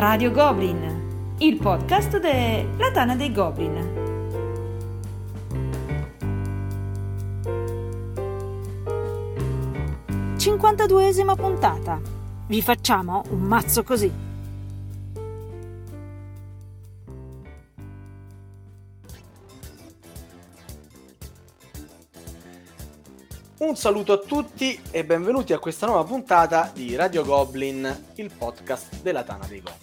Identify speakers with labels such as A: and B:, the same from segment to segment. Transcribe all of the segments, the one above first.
A: Radio Goblin, il podcast della Tana dei Goblin. Cinquantaduesima puntata. Vi facciamo un mazzo così.
B: Un saluto a tutti e benvenuti a questa nuova puntata di Radio Goblin, il podcast della Tana dei Goblin.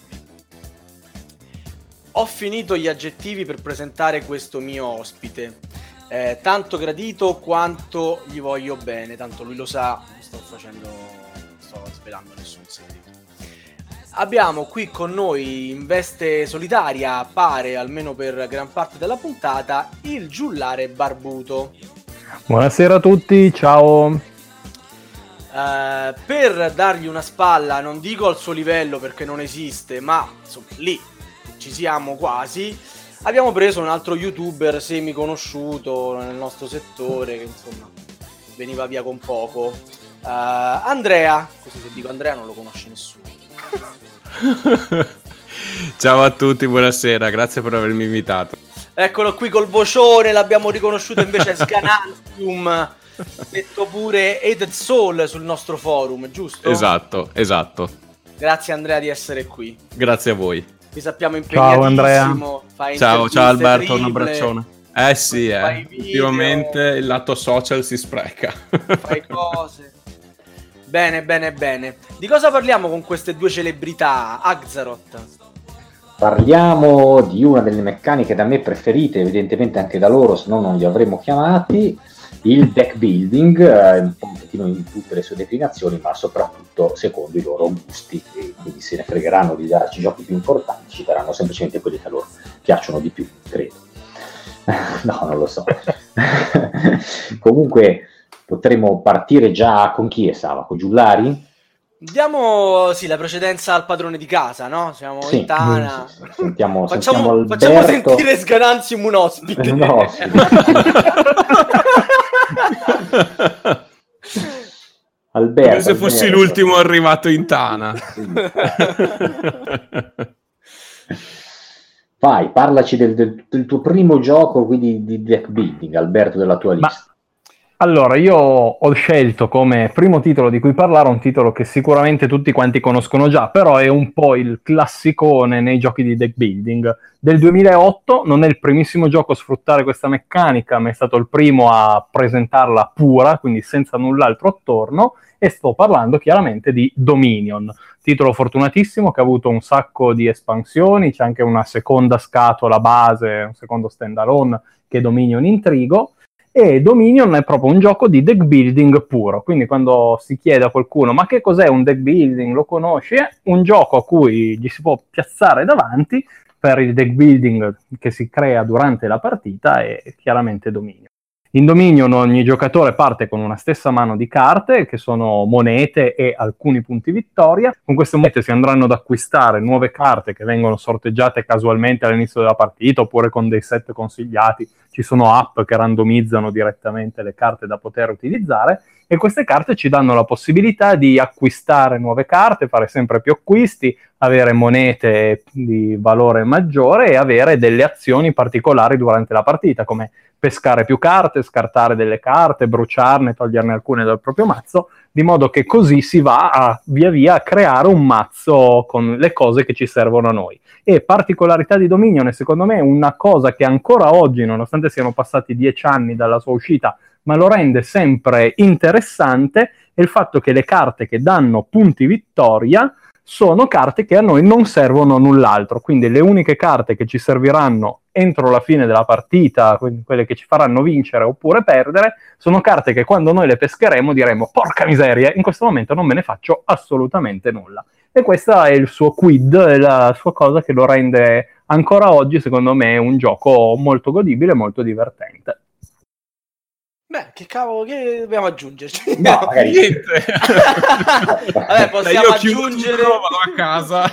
B: Ho finito gli aggettivi per presentare questo mio ospite, tanto gradito quanto gli voglio bene, tanto lui lo sa, non sto svelando nessun segreto. Abbiamo qui con noi in veste solitaria, pare almeno per gran parte della puntata, il giullare barbuto.
C: Buonasera a tutti, ciao.
B: Per dargli una spalla, non dico al suo livello perché non esiste, ma insomma, lì ci siamo quasi, abbiamo preso un altro youtuber semi-conosciuto nel nostro settore che insomma veniva via con poco, Andrea, così se dico Andrea non lo conosce nessuno.
D: Ciao a tutti, buonasera, grazie per avermi invitato.
B: Eccolo qui col vocione, l'abbiamo riconosciuto invece Scanantium, detto pure Hated Soul sul nostro forum, giusto?
D: Esatto.
B: Grazie Andrea di essere qui.
D: Grazie a voi.
B: Ti sappiamo impegnatissimo.
C: Ciao Andrea.
D: Ciao Alberto,
B: triple,
D: un abbraccione. Sì, ultimamente il lato social si spreca.
B: Fai cose. Bene. Di cosa parliamo con queste due celebrità, Axaroth?
E: Parliamo di una delle meccaniche da me preferite, evidentemente anche da loro, se no non li avremmo chiamati, il deck building, un pochettino in tutte le sue declinazioni, ma soprattutto secondo i loro gusti, e quindi se ne fregheranno di darci giochi più importanti, ci daranno semplicemente quelli che a loro piacciono di più, credo. No, non lo so. Comunque potremmo partire già con chi è Savaco? Giullari?
B: Diamo la precedenza al padrone di casa, no? Siamo in Tana.
E: Sì. Sentiamo
B: facciamo
E: Alberto.
B: sentire Sgananzium un ospite.
E: No, sì. Alberto,
D: come se fossi l'ultimo arrivato in Tana.
E: Sì. Vai, parlaci del tuo primo gioco quindi di deck building, Alberto, della tua lista.
C: Allora, io ho scelto come primo titolo di cui parlare un titolo che sicuramente tutti quanti conoscono già, però è un po' il classicone nei giochi di deck building del 2008. Non è il primissimo gioco a sfruttare questa meccanica, ma è stato il primo a presentarla pura, quindi senza null'altro attorno, e sto parlando chiaramente di Dominion. Titolo fortunatissimo che ha avuto un sacco di espansioni, c'è anche una seconda scatola base, un secondo standalone che è Dominion Intrigo. E Dominion è proprio un gioco di deck building puro, quindi quando si chiede a qualcuno ma che cos'è un deck building, lo conosci? È un gioco a cui gli si può piazzare davanti per il deck building che si crea durante la partita, e chiaramente Dominion. In Dominion ogni giocatore parte con una stessa mano di carte che sono monete e alcuni punti vittoria. Con queste monete si andranno ad acquistare nuove carte che vengono sorteggiate casualmente all'inizio della partita oppure con dei set consigliati. Ci sono app che randomizzano direttamente le carte da poter utilizzare, e queste carte ci danno la possibilità di acquistare nuove carte, fare sempre più acquisti, avere monete di valore maggiore e avere delle azioni particolari durante la partita, come pescare più carte, scartare delle carte, bruciarne, toglierne alcune dal proprio mazzo, di modo che così si va a via via a creare un mazzo con le cose che ci servono a noi. E particolarità di Dominion è secondo me una cosa che ancora oggi, nonostante siano passati 10 anni dalla sua uscita, ma lo rende sempre interessante, è il fatto che le carte che danno punti vittoria sono carte che a noi non servono a null'altro, quindi le uniche carte che ci serviranno entro la fine della partita, quindi quelle che ci faranno vincere oppure perdere, sono carte che quando noi le pescheremo diremo porca miseria, in questo momento non me ne faccio assolutamente nulla. E questo è il suo quid, è la sua cosa che lo rende ancora oggi secondo me un gioco molto godibile e molto divertente.
B: Beh, che cavolo, che dobbiamo aggiungerci?
E: No, magari
D: Niente.
B: Vabbè, possiamo aggiungere.
D: Vado a casa.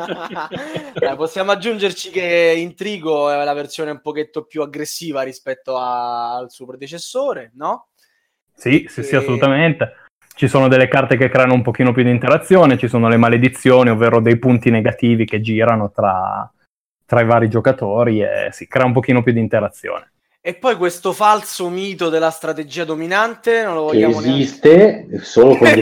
B: Possiamo aggiungerci che Intrigo è la versione un pochetto più aggressiva rispetto al suo predecessore, no?
C: Sì, assolutamente. ci sono delle carte che creano un pochino più di interazione, ci sono le maledizioni, ovvero dei punti negativi che girano tra i vari giocatori e si crea un pochino più di interazione.
B: E poi questo falso mito della strategia dominante non lo
E: che
B: vogliamo
E: esiste solo con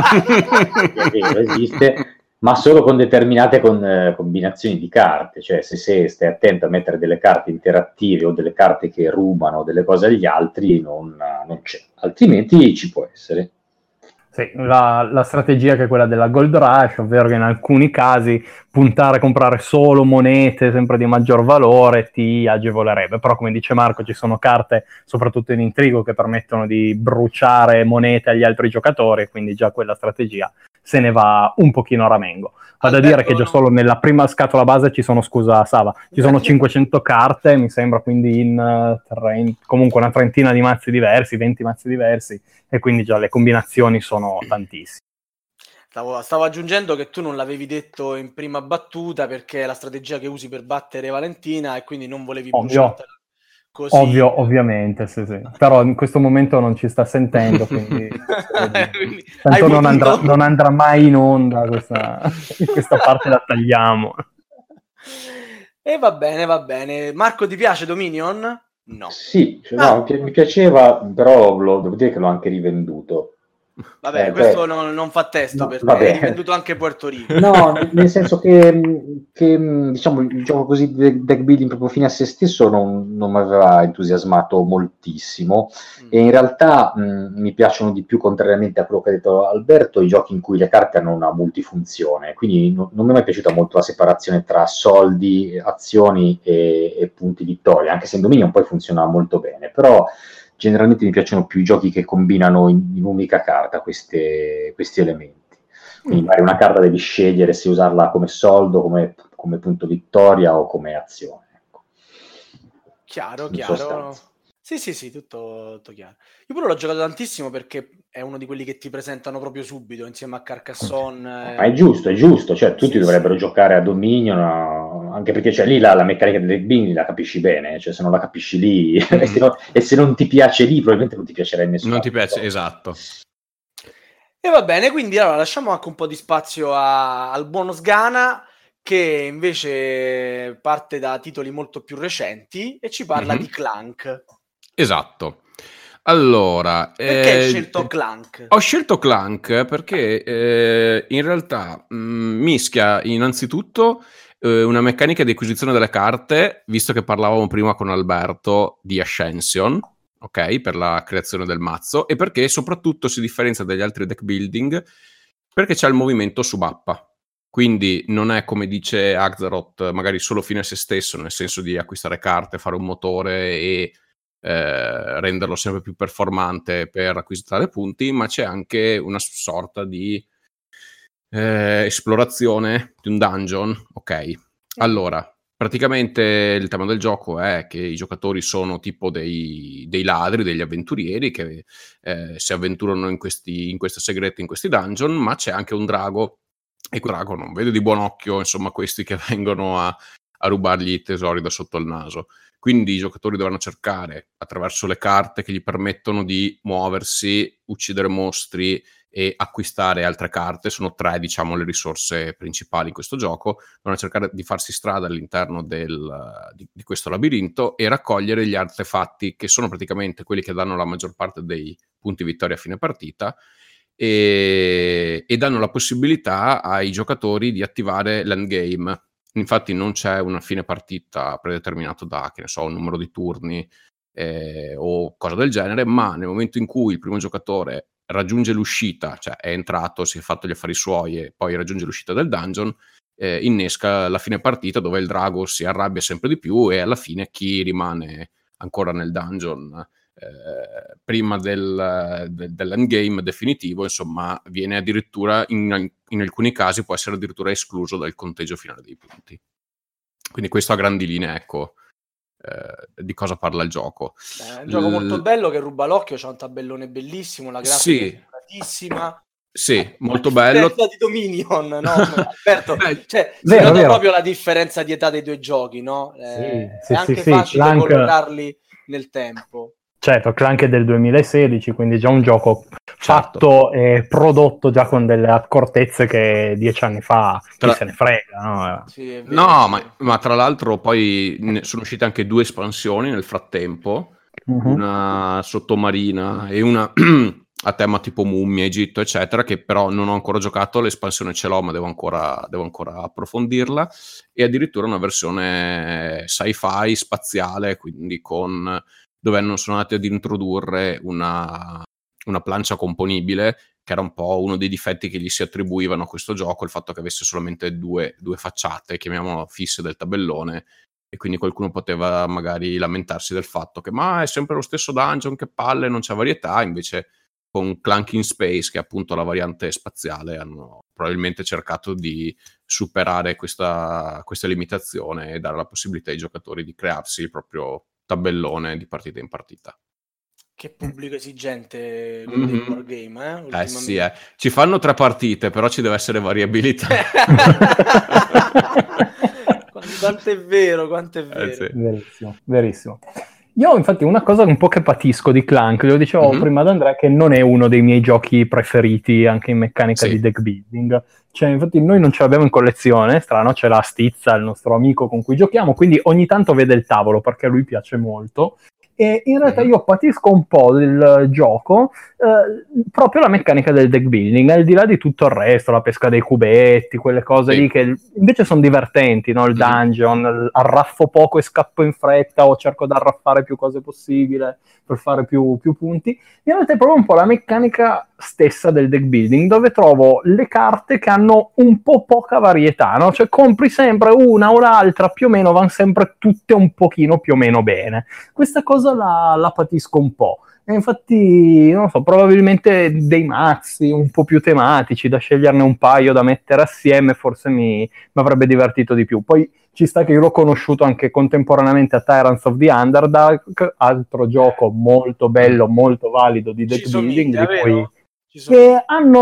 E: esiste, ma solo con determinate combinazioni di carte, cioè se stai attento a mettere delle carte interattive o delle carte che rubano delle cose agli altri non c'è, altrimenti ci può essere.
C: Sì, la strategia che è quella della Gold Rush, ovvero che in alcuni casi puntare a comprare solo monete sempre di maggior valore ti agevolerebbe, però come dice Marco ci sono carte, soprattutto in intrigo, che permettono di bruciare monete agli altri giocatori, quindi già quella strategia se ne va un pochino a ramengo. Vado a dire che già solo nella prima scatola base ci sono, scusa Sava, ci sono 500 carte, mi sembra, quindi in comunque una trentina di mazzi diversi, 20 mazzi diversi, e quindi già le combinazioni sono tantissime.
B: Stavo aggiungendo che tu non l'avevi detto in prima battuta perché è la strategia che usi per battere Valentina e quindi non volevi bruciartela così.
C: Ovviamente, sì. Però in questo momento non ci sta sentendo, quindi tanto non andrà mai in onda questa parte la tagliamo.
B: E va bene. Marco, ti piace Dominion? No.
E: Sì, mi piaceva, però devo dire che l'ho anche rivenduto.
B: Vabbè, questo non fa testo, perché è rivenduto anche Puerto Rico.
E: No, nel senso che diciamo il gioco così di deck building proprio fine a se stesso non mi aveva entusiasmato moltissimo e in realtà mi piacciono di più, contrariamente a quello che ha detto Alberto, i giochi in cui le carte hanno una multifunzione, quindi non mi è mai piaciuta molto la separazione tra soldi, azioni e punti vittoria, anche se in Dominion poi funziona molto bene, però generalmente mi piacciono più i giochi che combinano in un'unica carta questi elementi. Quindi magari una carta devi scegliere se usarla come soldo, come punto vittoria o come azione. Ecco.
B: Chiaro. Sì, tutto chiaro. Io pure l'ho giocato tantissimo perché è uno di quelli che ti presentano proprio subito insieme a Carcassonne.
E: Ma è giusto, cioè tutti dovrebbero giocare a Dominion, anche perché c'è lì la meccanica del deck building la capisci bene, cioè se non la capisci lì e se non ti piace lì probabilmente non ti piacerà in nessuno.
D: Non ti piace, esatto.
B: E va bene, quindi allora lasciamo anche un po' di spazio al buono Sgana, che invece parte da titoli molto più recenti e ci parla di Clank.
D: Esatto. Allora,
B: perché hai scelto Clank?
D: Ho scelto Clank perché in realtà mischia innanzitutto una meccanica di acquisizione delle carte, visto che parlavamo prima con Alberto di Ascension, ok, per la creazione del mazzo, e perché soprattutto si differenzia dagli altri deck building perché c'è il movimento su mappa. Quindi non è, come dice Axaroth, magari solo fine a se stesso, nel senso di acquistare carte, fare un motore e renderlo sempre più performante per acquistare punti, ma c'è anche una sorta di esplorazione di un dungeon. Ok, allora praticamente il tema del gioco è che i giocatori sono tipo dei ladri, degli avventurieri che si avventurano in questi segreti, in questi dungeon, ma c'è anche un drago e quel drago non vede di buon occhio, insomma, questi che vengono a rubargli i tesori da sotto il naso. Quindi i giocatori dovranno cercare attraverso le carte che gli permettono di muoversi, uccidere mostri e acquistare altre carte. Sono 3, diciamo, le risorse principali in questo gioco. Dovranno cercare di farsi strada all'interno di questo labirinto e raccogliere gli artefatti, che sono praticamente quelli che danno la maggior parte dei punti vittoria a fine partita, e danno la possibilità ai giocatori di attivare l'endgame. Infatti non c'è una fine partita predeterminato da, che ne so, un numero di turni o cosa del genere, ma nel momento in cui il primo giocatore raggiunge l'uscita, cioè è entrato, si è fatto gli affari suoi e poi raggiunge l'uscita del dungeon, innesca la fine partita dove il drago si arrabbia sempre di più e alla fine chi rimane ancora nel dungeon prima dell'endgame definitivo, insomma, viene addirittura in alcuni casi può essere addirittura escluso dal conteggio finale dei punti. Quindi questo a grandi linee, ecco, di cosa parla il gioco.
B: È un gioco molto bello che ruba l'occhio, c'ha un tabellone bellissimo, la grafica è bellissima.
D: Sì, molto bello.
B: Di Dominion, no? Alberto, cioè, si nota proprio la differenza di età dei due giochi, no? È anche facile collocarli nel tempo.
C: Certo, Clank è del 2016, quindi già un gioco
D: Certo.
C: fatto e prodotto già con delle accortezze che 10 anni fa chi se ne frega, no?
B: Sì, è vero,
D: No,
B: è vero.
D: ma tra l'altro poi sono uscite anche 2 espansioni nel frattempo, una sottomarina e una a tema tipo mummia, Egitto, eccetera, che però non ho ancora giocato, l'espansione ce l'ho, ma devo ancora approfondirla, e addirittura una versione sci-fi spaziale, quindi dove sono andati ad introdurre una plancia componibile, che era un po' uno dei difetti che gli si attribuivano a questo gioco, il fatto che avesse solamente due facciate, chiamiamolo fisse del tabellone, e quindi qualcuno poteva magari lamentarsi del fatto che ma è sempre lo stesso dungeon, che palle, non c'è varietà. Invece con Clank in Space, che è appunto la variante spaziale, hanno probabilmente cercato di superare questa limitazione e dare la possibilità ai giocatori di crearsi il proprio tabellone di partita in partita.
B: Che pubblico esigente quello dei wargame, ultimamente.
D: Sì, ci fanno 3 partite, però ci deve essere variabilità.
B: Quanto è vero, quanto è vero.
D: Sì.
C: Verissimo, verissimo. Io infatti una cosa un po' che patisco di Clank, lo dicevo prima ad Andrea, che non è uno dei miei giochi preferiti anche in meccanica di deck building. Cioè, infatti noi non ce l'abbiamo in collezione, strano, ce l'ha Stizza, il nostro amico con cui giochiamo, quindi ogni tanto vede il tavolo perché a lui piace molto. E in realtà io patisco un po' del gioco proprio la meccanica del deck building, al di là di tutto il resto, la pesca dei cubetti, quelle cose lì che invece sono divertenti, no? Il dungeon, arraffo poco e scappo in fretta, o cerco di arraffare più cose possibile per fare più punti. In realtà è proprio un po' la meccanica stessa del deck building, dove trovo le carte che hanno un po' poca varietà, no? Cioè compri sempre una o l'altra, più o meno vanno sempre tutte un pochino più o meno bene. Questa cosa la patisco un po'. E infatti, non so, probabilmente dei mazzi un po' più tematici, da sceglierne un paio da mettere assieme, forse mi avrebbe divertito di più. Poi ci sta che io l'ho conosciuto anche contemporaneamente a Tyrants of the Underdark, altro gioco molto bello, molto valido di deck building, di cui che hanno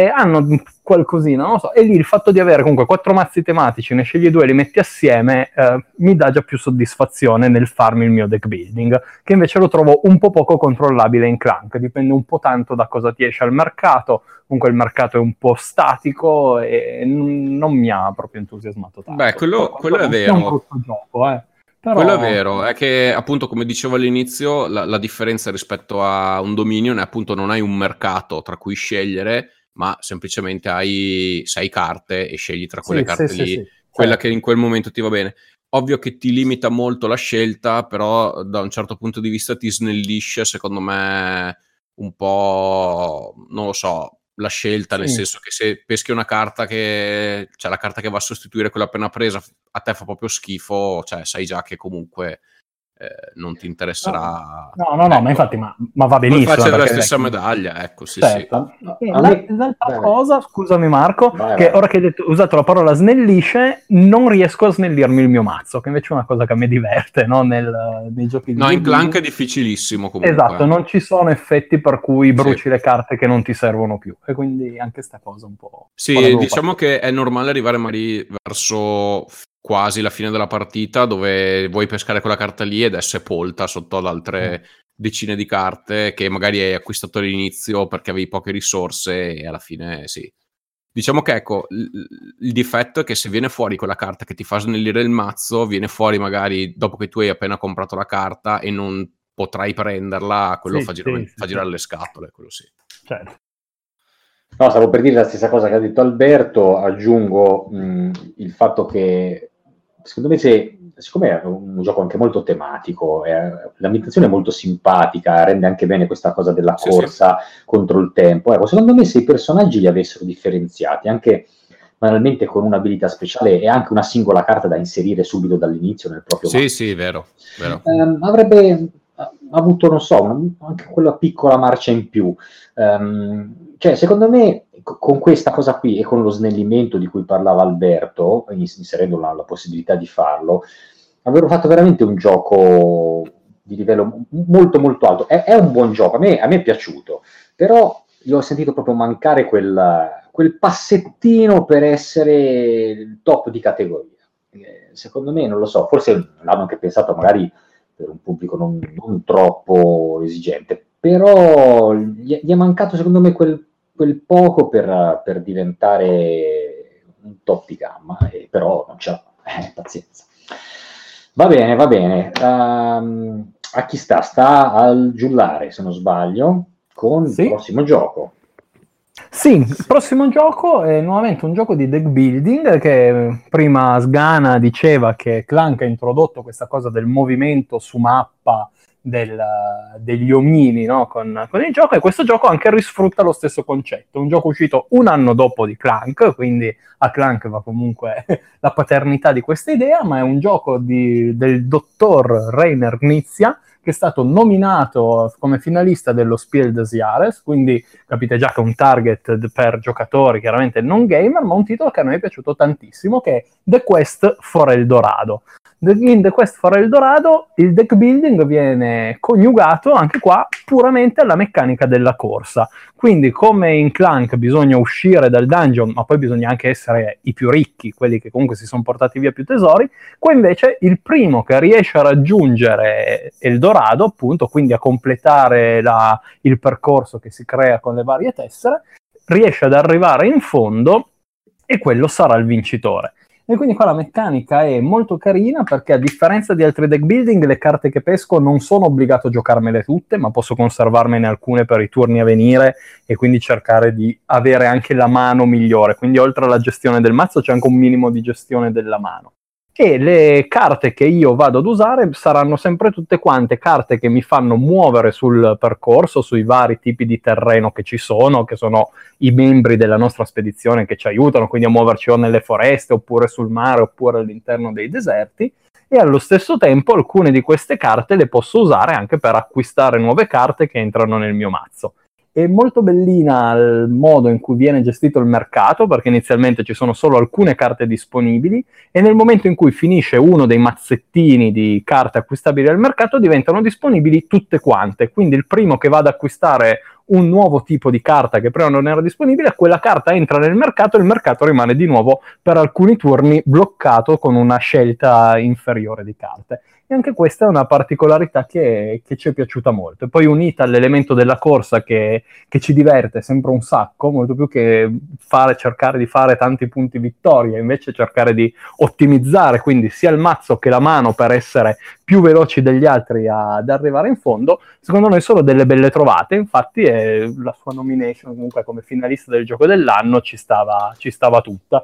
C: qualcosina, non lo so, e lì il fatto di avere comunque 4 mazzi tematici, ne scegli 2 e li metti assieme, mi dà già più soddisfazione nel farmi il mio deck building, che invece lo trovo un po' poco controllabile in Clank, dipende un po' tanto da cosa ti esce al mercato. Comunque il mercato è un po' statico e non mi ha proprio entusiasmato tanto.
D: Beh, quello è vero.
C: È un brutto gioco, Però...
D: Quello è vero, è che appunto, come dicevo all'inizio, la differenza rispetto a un Dominion è appunto non hai un mercato tra cui scegliere, ma semplicemente hai 6 carte e scegli tra quelle carte lì quella che in quel momento ti va bene. Ovvio che ti limita molto la scelta, però da un certo punto di vista ti snellisce, secondo me, un po', non lo so, la scelta, nel senso che se peschi una carta che, cioè la carta che va a sostituire quella appena presa, a te fa proprio schifo, cioè sai già che comunque non ti interesserà.
C: No, ma infatti ma va benissimo.
D: Faccia della stessa medaglia, ecco, sì.
C: L'altra cosa, scusami Marco, che ora che hai usato la parola snellisce, non riesco a snellirmi il mio mazzo, che invece è una cosa che a me diverte, no? Nei giochi di
D: in Clank è difficilissimo comunque.
C: Esatto, non ci sono effetti per cui bruci le carte che non ti servono più, e quindi anche sta cosa un po'...
D: Sì, diciamo che è normale arrivare magari verso quasi la fine della partita, dove vuoi pescare quella carta lì ed è sepolta sotto ad altre decine di carte che magari hai acquistato all'inizio perché avevi poche risorse, e alla fine diciamo che ecco, il difetto è che se viene fuori quella carta che ti fa snellire il mazzo, viene fuori magari dopo che tu hai appena comprato la carta e non potrai prenderla, quello fa girare le scatole, quello sì.
C: Certo.
E: No, stavo per dire la stessa cosa che ha detto Alberto, aggiungo il fatto che secondo me siccome è un gioco anche molto tematico, l'ambientazione è molto simpatica, rende anche bene questa cosa della corsa contro il tempo. Ecco, secondo me se i personaggi li avessero differenziati, anche banalmente con un'abilità speciale e anche una singola carta da inserire subito dall'inizio nel proprio mazzo.
D: Sì, vero.
E: Avrebbe avuto, non so, anche quella piccola marcia in più. Cioè, secondo me, con questa cosa qui e con lo snellimento di cui parlava Alberto, inserendo la possibilità di farlo, avrebbero fatto veramente un gioco di livello molto molto alto. È un buon gioco, a me è piaciuto, però gli ho sentito proprio mancare quel passettino per essere il top di categoria. Secondo me, non lo so, forse l'hanno anche pensato magari per un pubblico non troppo esigente, però gli è mancato secondo me quel poco per diventare un top di gamma, però non c'è pazienza. Va bene. A chi sta? Sta al giullare, se non sbaglio, con il prossimo gioco.
C: Sì, il prossimo gioco è nuovamente un gioco di deck building, che prima Sgana diceva che Clank ha introdotto questa cosa del movimento su mappa degli omini, no? con il gioco, e questo gioco anche risfrutta lo stesso concetto. Un gioco uscito un anno dopo di Clank, quindi a Clank va comunque la paternità di questa idea, ma è un gioco del dottor Rainer Knizia, che è stato nominato come finalista dello Spiel des Jahres, quindi capite già che è un target per giocatori chiaramente non gamer, ma un titolo che a noi è piaciuto tantissimo, che è The Quest for Eldorado. In The Quest for Eldorado il deck building viene coniugato anche qua puramente alla meccanica della corsa, quindi come in Clank bisogna uscire dal dungeon, ma poi bisogna anche essere i più ricchi, quelli che comunque si sono portati via più tesori. Qua invece il primo che riesce a raggiungere Eldorado, appunto, quindi a completare il percorso che si crea con le varie tessere, riesce ad arrivare in fondo e quello sarà il vincitore. E quindi qua la meccanica è molto carina, perché a differenza di altri deck building le carte che pesco non sono obbligato a giocarmele tutte, ma posso conservarmene alcune per i turni a venire e quindi cercare di avere anche la mano migliore. Quindi oltre alla gestione del mazzo c'è anche un minimo di gestione della mano. E le carte che io vado ad usare saranno sempre tutte quante carte che mi fanno muovere sul percorso, sui vari tipi di terreno che ci sono, che sono i membri della nostra spedizione che ci aiutano, quindi a muoverci o nelle foreste, oppure sul mare, oppure all'interno dei deserti. E allo stesso tempo alcune di queste carte le posso usare anche per acquistare nuove carte che entrano nel mio mazzo. È molto bellina il modo in cui viene gestito il mercato, perché inizialmente ci sono solo alcune carte disponibili e nel momento in cui finisce uno dei mazzettini di carte acquistabili al mercato diventano disponibili tutte quante. Quindi il primo che va ad acquistare un nuovo tipo di carta che prima non era disponibile, quella carta entra nel mercato e il mercato rimane di nuovo per alcuni turni bloccato con una scelta inferiore di carte. E anche questa è una particolarità che ci è piaciuta molto. E poi unita all'elemento della corsa che ci diverte sempre un sacco, molto più che cercare di fare tanti punti vittoria, invece cercare di ottimizzare quindi sia il mazzo che la mano per essere più veloci degli altri ad arrivare in fondo, secondo noi sono delle belle trovate. Infatti la sua nomination comunque come finalista del gioco dell'anno ci stava tutta.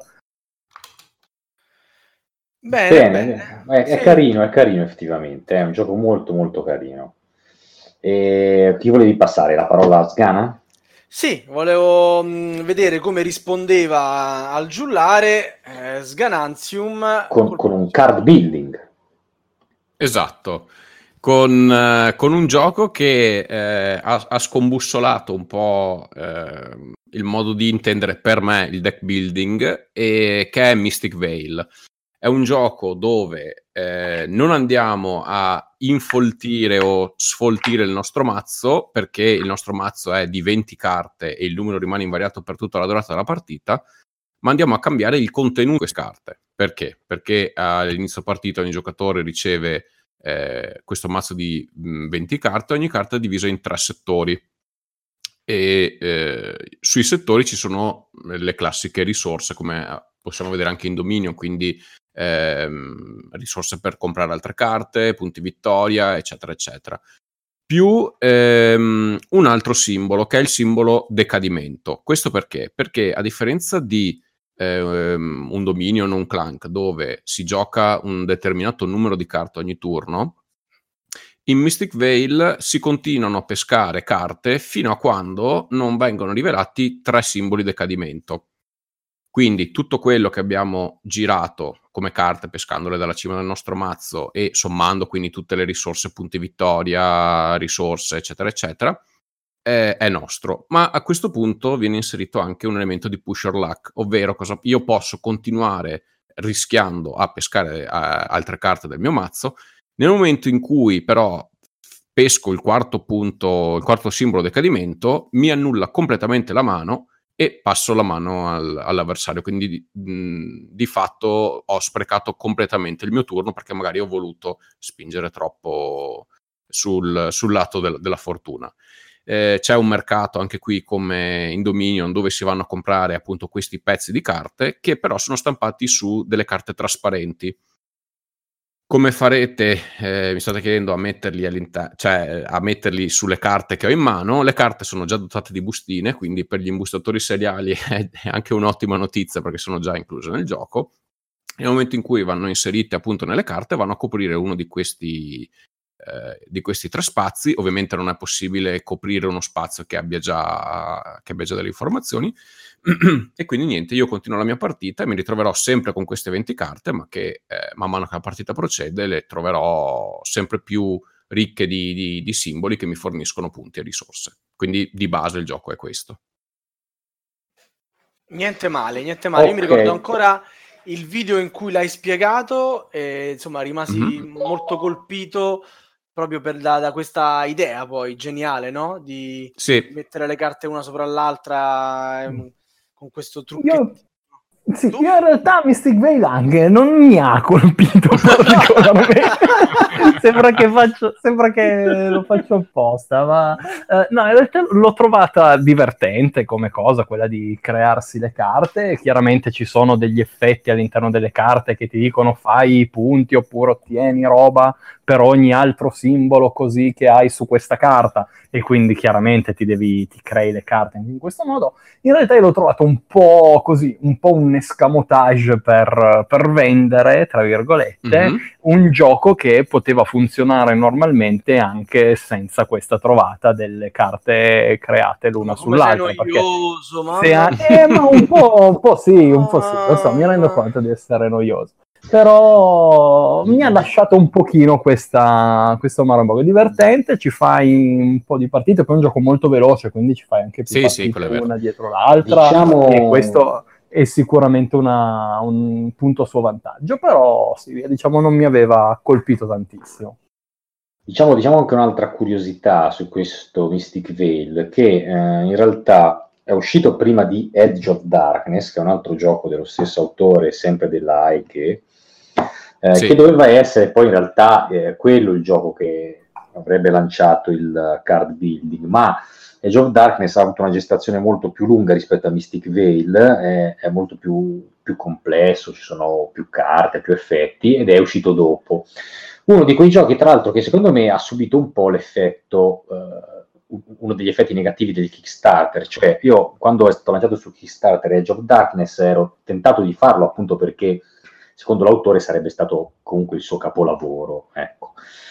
E: Bene. È carino effettivamente, è un gioco molto molto carino. E chi volevi passare la parola a Sgana?
B: Sì, volevo vedere come rispondeva al giullare Sganantium
E: con un card building.
D: Esatto, con un gioco che ha scombussolato un po' il modo di intendere per me il deck building, e che è Mystic Vale. È un gioco dove non andiamo a infoltire o sfoltire il nostro mazzo, perché il nostro mazzo è di 20 carte e il numero rimane invariato per tutta la durata della partita, ma andiamo a cambiare il contenuto di queste carte. Perché? Perché all'inizio partita ogni giocatore riceve questo mazzo di 20 carte, ogni carta è divisa in 3 settori. E sui settori ci sono le classiche risorse, come possiamo vedere anche in Dominion, quindi risorse per comprare altre carte, punti vittoria, eccetera eccetera, più un altro simbolo che è il simbolo decadimento. Questo perché? Perché a differenza di un Dominion o un Clank dove si gioca un determinato numero di carte ogni turno, in Mystic Vale si continuano a pescare carte fino a quando non vengono rivelati 3 simboli decadimento. Quindi tutto quello che abbiamo girato come carte, pescandole dalla cima del nostro mazzo e sommando quindi tutte le risorse, punti vittoria, risorse, eccetera, eccetera, è nostro. Ma a questo punto viene inserito anche un elemento di push or luck, ovvero io posso continuare rischiando a pescare altre carte del mio mazzo. Nel momento in cui però pesco il quarto simbolo decadimento, mi annulla completamente la mano e passo la mano all'avversario, quindi di fatto ho sprecato completamente il mio turno perché magari ho voluto spingere troppo sul lato della fortuna. C'è un mercato anche qui come in Dominion dove si vanno a comprare appunto questi pezzi di carte che però sono stampati su delle carte trasparenti. Come farete, mi state chiedendo, a metterli cioè a metterli sulle carte che ho in mano? Le carte sono già dotate di bustine, quindi per gli imbustatori seriali è anche un'ottima notizia perché sono già incluse nel gioco. Nel momento in cui vanno inserite appunto nelle carte, vanno a coprire uno di questi tre spazi. Ovviamente non è possibile coprire uno spazio che abbia già delle informazioni. E quindi niente, io continuo la mia partita e mi ritroverò sempre con queste 20 carte, ma che man mano che la partita procede le troverò sempre più ricche di simboli che mi forniscono punti e risorse. Quindi di base il gioco è questo.
B: Niente male.
E: Okay.
B: Io mi ricordo ancora il video in cui l'hai spiegato e insomma rimasi molto colpito proprio da questa idea poi geniale, no? Di mettere le carte una sopra l'altra con questo trucchetto.
C: Io in realtà Mystic Veil anche non mi ha colpito particolarmente. sembra che lo faccio apposta, ma no, in realtà l'ho trovata divertente come cosa, quella di crearsi le carte. Chiaramente ci sono degli effetti all'interno delle carte che ti dicono fai i punti oppure ottieni roba per ogni altro simbolo così che hai su questa carta, e quindi chiaramente ti crei le carte in questo modo. In realtà io l'ho trovato un po' così, un po' un escamotage per vendere, tra virgolette, un gioco che poteva funzionare normalmente anche senza questa trovata delle carte create l'una sull'altra.
B: Noioso,
C: ma un po' sì, lo so, mi rendo conto di essere noioso. Però mi ha lasciato un pochino questo marombo. È divertente, ci fai un po' di partite, poi è un gioco molto veloce, quindi ci fai anche più partite una dietro l'altra, e questo è sicuramente un punto a suo vantaggio, però sì, diciamo non mi aveva colpito tantissimo.
E: Diciamo anche un'altra curiosità su questo Mystic Veil, che in realtà è uscito prima di Edge of Darkness, che è un altro gioco dello stesso autore, sempre della Heike, che doveva essere poi in realtà quello il gioco che avrebbe lanciato il card building, ma Edge of Darkness ha avuto una gestazione molto più lunga rispetto a Mystic Veil, è molto più complesso, ci sono più carte, più effetti, ed è uscito dopo. Uno di quei giochi, tra l'altro, che secondo me ha subito un po' l'effetto, uno degli effetti negativi del Kickstarter. Cioè, io quando è stato lanciato su Kickstarter Edge of Darkness ero tentato di farlo appunto perché secondo l'autore sarebbe stato comunque il suo capolavoro, ecco.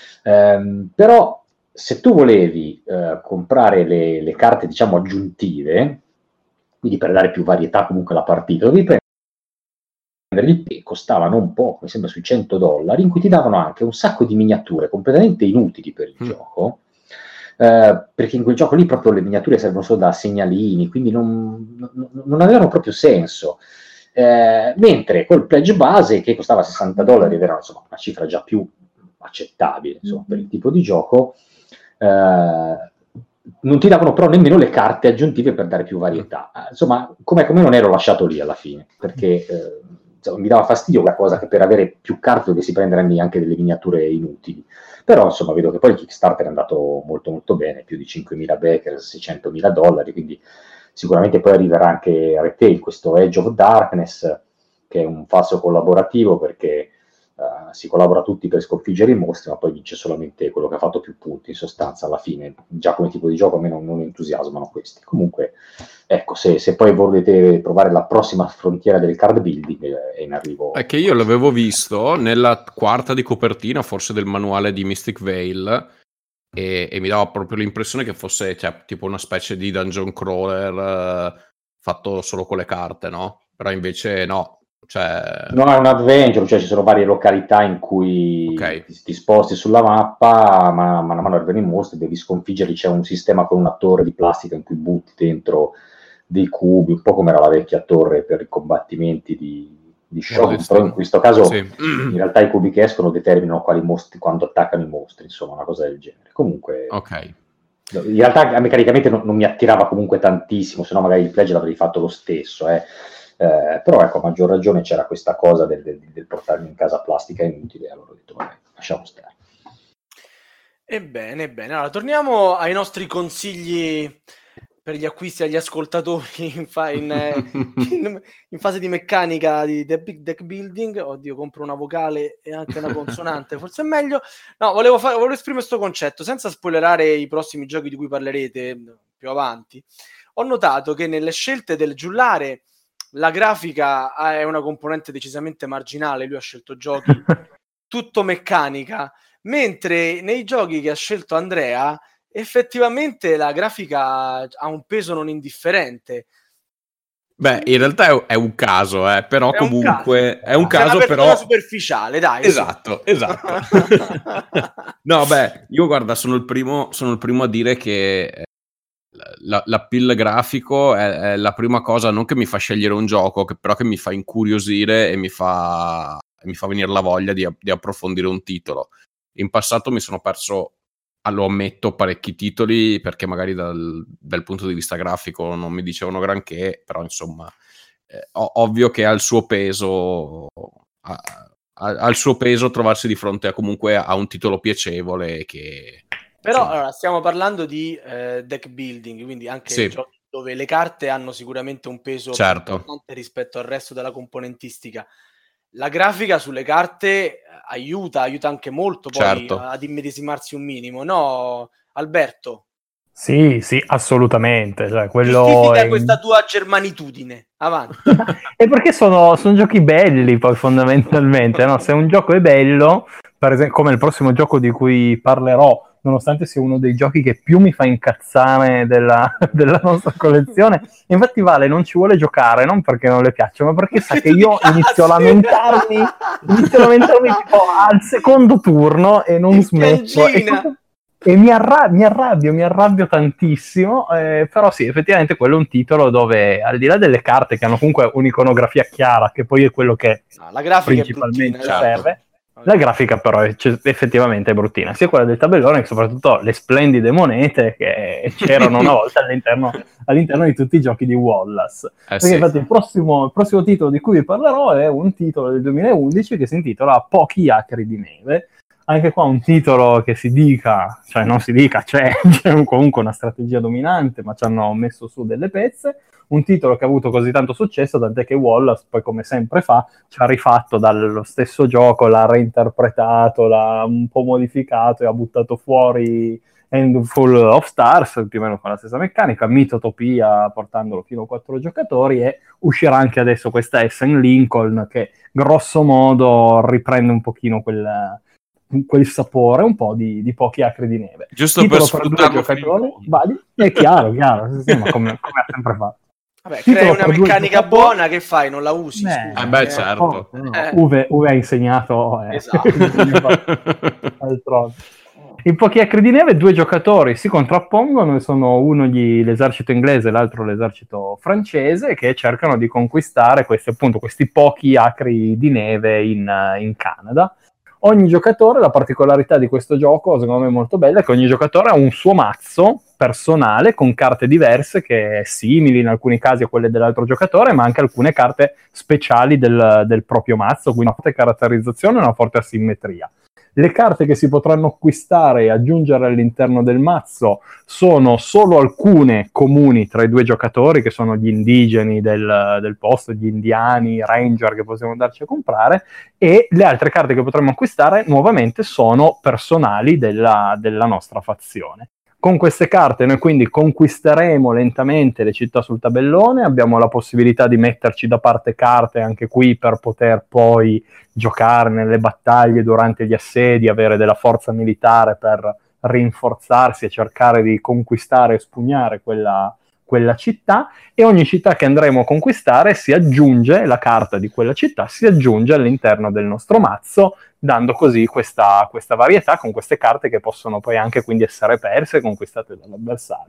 E: Però se tu volevi comprare le carte, diciamo, aggiuntive, quindi per dare più varietà comunque alla partita, dovevi prenderli, che costavano un po', mi sembra sui $100, in cui ti davano anche un sacco di miniature completamente inutili per il gioco, perché in quel gioco lì proprio le miniature servono solo da segnalini, quindi non avevano proprio senso. Mentre col pledge base, che costava $60, era insomma una cifra già più accettabile insomma, per il tipo di gioco, non ti davano però nemmeno le carte aggiuntive per dare più varietà. Insomma, come non ero lasciato lì alla fine, perché mi dava fastidio quella cosa che per avere più carte dovessi prendere anche delle miniature inutili. Però insomma vedo che poi il Kickstarter è andato molto molto bene, più di 5.000 backers, $600.000, quindi sicuramente poi arriverà anche a retail questo Edge of Darkness, che è un falso collaborativo perché si collabora tutti per sconfiggere i mostri, ma poi vince solamente quello che ha fatto più punti, in sostanza alla fine. Già come tipo di gioco a me non entusiasmano questi. Comunque, ecco, se poi volete provare la prossima frontiera del card building, è in arrivo.
D: È che io l'avevo visto nella quarta di copertina, forse del manuale di Mystic Veil, e mi dava proprio l'impressione che fosse tipo una specie di dungeon crawler fatto solo con le carte, no? Però invece no.
E: No, è un adventure, cioè ci sono varie località in cui ti sposti sulla mappa, ma man mano arrivano i mostri, devi sconfiggerli. C'è un sistema con una torre di plastica in cui butti dentro dei cubi, un po' come era la vecchia torre per i combattimenti di Shogun, però in questo caso in realtà i cubi che escono determinano quali mostri, quando attaccano i mostri, insomma una cosa del genere. Comunque In realtà meccanicamente non mi attirava comunque tantissimo, se no magari il pledge l'avrei fatto lo stesso, però ecco, a maggior ragione c'era questa cosa del portarmi in casa plastica inutile, allora ho detto vabbè, lasciamo stare.
B: Ebbene, allora torniamo ai nostri consigli per gli acquisti agli ascoltatori in fase di meccanica di deck building. Oddio, compro una vocale e anche una consonante, forse è meglio. No, volevo esprimere questo concetto senza spoilerare i prossimi giochi di cui parlerete più avanti. Ho notato che nelle scelte del giullare la grafica è una componente decisamente marginale. Lui ha scelto giochi tutto meccanica, mentre nei giochi che ha scelto Andrea effettivamente la grafica ha un peso non indifferente.
D: Beh, in realtà è un caso, però
B: è
D: comunque
B: è un caso però superficiale, dai.
D: Esatto. No, beh, io guarda, sono il primo a dire che l'appeal grafico è la prima cosa, non che mi fa scegliere un gioco, però che mi fa incuriosire e mi fa venire la voglia di approfondire un titolo. In passato mi sono perso, lo ammetto, parecchi titoli perché magari dal punto di vista grafico non mi dicevano granché, però insomma ovvio che ha il suo peso, ha il suo peso trovarsi di fronte comunque a un titolo piacevole che...
B: Però allora, stiamo parlando di deck building, quindi anche giochi dove le carte hanno sicuramente un peso importante rispetto al resto della componentistica. La grafica sulle carte aiuta anche molto poi ad immedesimarsi un minimo, no, Alberto?
C: Sì, assolutamente. Cioè,
B: giustifica questa tua germanitudine. Avanti.
C: E perché sono giochi belli, poi fondamentalmente, no? Se un gioco è bello, per esempio, come il prossimo gioco di cui parlerò, nonostante sia uno dei giochi che più mi fa incazzare della nostra collezione, infatti Vale non ci vuole giocare, non perché non le piaccia, ma perché sa che io inizio a lamentarmi tipo al secondo turno e non smetto. E mi arrabbio tantissimo, però sì, effettivamente quello è un titolo dove, al di là delle carte che hanno comunque un'iconografia chiara, che poi è quello che
B: la grafica
C: principalmente serve, la grafica però effettivamente è bruttina, sia quella del tabellone che soprattutto le splendide monete che c'erano una volta all'interno di tutti i giochi di Wallace. Perché infatti il prossimo titolo di cui vi parlerò è un titolo del 2011 che si intitola Pochi acri di neve. Anche qua un titolo che c'è comunque una strategia dominante, ma ci hanno messo su delle pezze. Un titolo che ha avuto così tanto successo, tant'è che Wallace, poi come sempre fa, ci ha rifatto dallo stesso gioco, l'ha reinterpretato, l'ha un po' modificato e ha buttato fuori Handful of Stars, più o meno con la stessa meccanica, Mythotopia portandolo fino a 4 giocatori, e uscirà anche adesso questa Essen Lincoln che grosso modo riprende un pochino quel sapore un po' di Pochi acri di neve.
D: Giusto titolo per due giocatori,
C: è chiaro, sì, ma come ha sempre fatto.
B: Vabbè, crei una meccanica buona, che fai? Non la usi?
D: Certo.
C: Uve ha insegnato
B: esatto.
C: In Pochi acri di neve 2 giocatori si contrappongono e sono uno l'esercito inglese e l'altro l'esercito francese, che cercano di conquistare questi pochi acri di neve in Canada. Ogni giocatore, la particolarità di questo gioco, secondo me molto bella, è che ogni giocatore ha un suo mazzo personale con carte diverse, che è simili in alcuni casi a quelle dell'altro giocatore, ma anche alcune carte speciali del proprio mazzo, quindi una forte caratterizzazione e una forte asimmetria. Le carte che si potranno acquistare e aggiungere all'interno del mazzo sono solo alcune comuni tra i 2 giocatori, che sono gli indigeni del posto, gli indiani, i ranger che possiamo andarci a comprare, e le altre carte che potremo acquistare nuovamente sono personali della nostra fazione. Con queste carte noi quindi conquisteremo lentamente le città sul tabellone, abbiamo la possibilità di metterci da parte carte anche qui per poter poi giocare nelle battaglie durante gli assedi, avere della forza militare per rinforzarsi e cercare di conquistare e espugnare quella città, e ogni città che andremo a conquistare la carta di quella città si aggiunge all'interno del nostro mazzo, dando così questa varietà con queste carte che possono poi anche quindi essere perse e conquistate dall'avversario.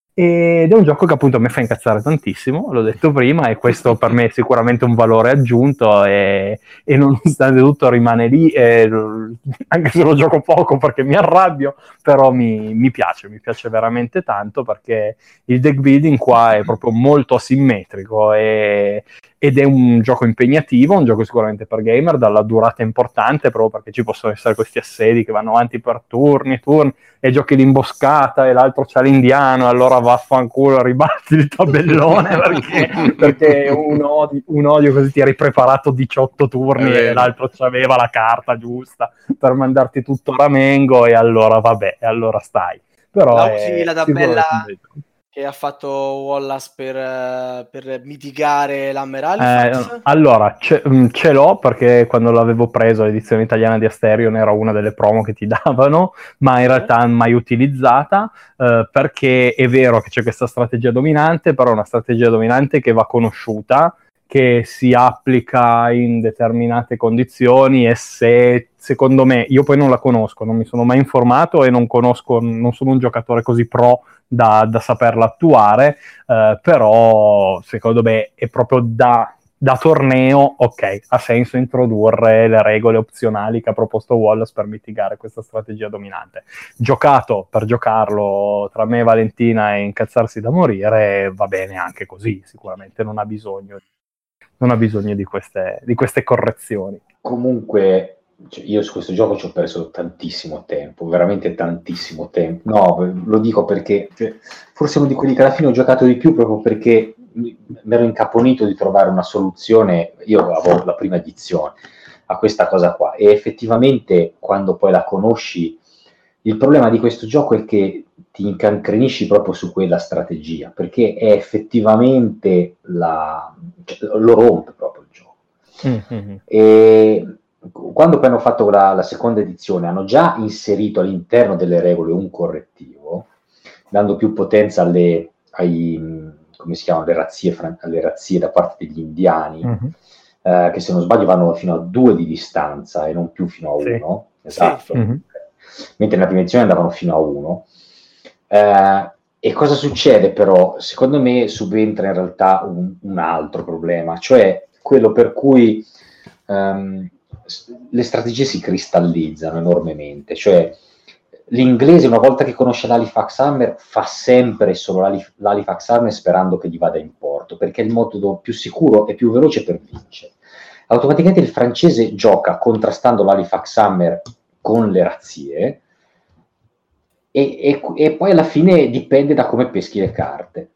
C: ed è un gioco che appunto a me fa incazzare tantissimo, l'ho detto prima, e questo per me è sicuramente un valore aggiunto, e nonostante tutto rimane lì, anche se lo gioco poco perché mi arrabbio, però mi piace veramente tanto, perché il deck building qua è proprio molto asimmetrico, ed è un gioco impegnativo, un gioco sicuramente per gamer, dalla durata importante, proprio perché ci possono essere questi assedi che vanno avanti per turni, e giochi l'imboscata e l'altro c'ha l'indiano, allora vaffanculo, ribatti il tabellone perché un odio così ti eri preparato 18 turni e l'altro c'aveva la carta giusta per mandarti tutto a ramengo, e allora vabbè, e allora stai. Però
B: la usi la tabella
C: sicuramente
B: che ha fatto Wallace per mitigare l'Hammer Halifax?
C: allora, ce l'ho, perché quando l'avevo preso l'edizione italiana di Asterion era una delle promo che ti davano, ma in realtà mai utilizzata, perché è vero che c'è questa strategia dominante, però è una strategia dominante che va conosciuta, che si applica in determinate condizioni, e secondo me, io poi non la conosco, non mi sono mai informato e non sono un giocatore così pro da saperla attuare, però secondo me è proprio da torneo, ok, ha senso introdurre le regole opzionali che ha proposto Wallace per mitigare questa strategia dominante. Giocato per giocarlo tra me e Valentina e incazzarsi da morire, va bene anche così, sicuramente non ha bisogno di queste correzioni.
E: Comunque, io su questo gioco ci ho perso tantissimo tempo, veramente tantissimo tempo. No, lo dico perché forse uno di quelli che alla fine ho giocato di più, proprio perché mi ero incaponito di trovare una soluzione. Io avevo la prima edizione a questa cosa qua, e effettivamente quando poi la conosci, il problema di questo gioco è che ti incancrenisci proprio su quella strategia, perché è effettivamente lo rompe proprio il gioco.
C: Mm-hmm.
E: E quando poi hanno fatto la seconda edizione, hanno già inserito all'interno delle regole un correttivo, dando più potenza alle come si chiamano, alle razzie da parte degli indiani, che se non sbaglio vanno fino a 2 di distanza e non più fino a 1. Sì. Esatto. Sì. Mentre nella prima edizione andavano fino a 1. E cosa succede però? Secondo me subentra in realtà un altro problema, cioè quello per cui le strategie si cristallizzano enormemente. Cioè l'inglese, una volta che conosce l'Halifax Hammer, fa sempre solo l'Halifax Hammer sperando che gli vada in porto, perché è il modo più sicuro e più veloce per vincere. Automaticamente il francese gioca contrastando l'Halifax Hammer con le razzie, e poi alla fine dipende da come peschi le carte.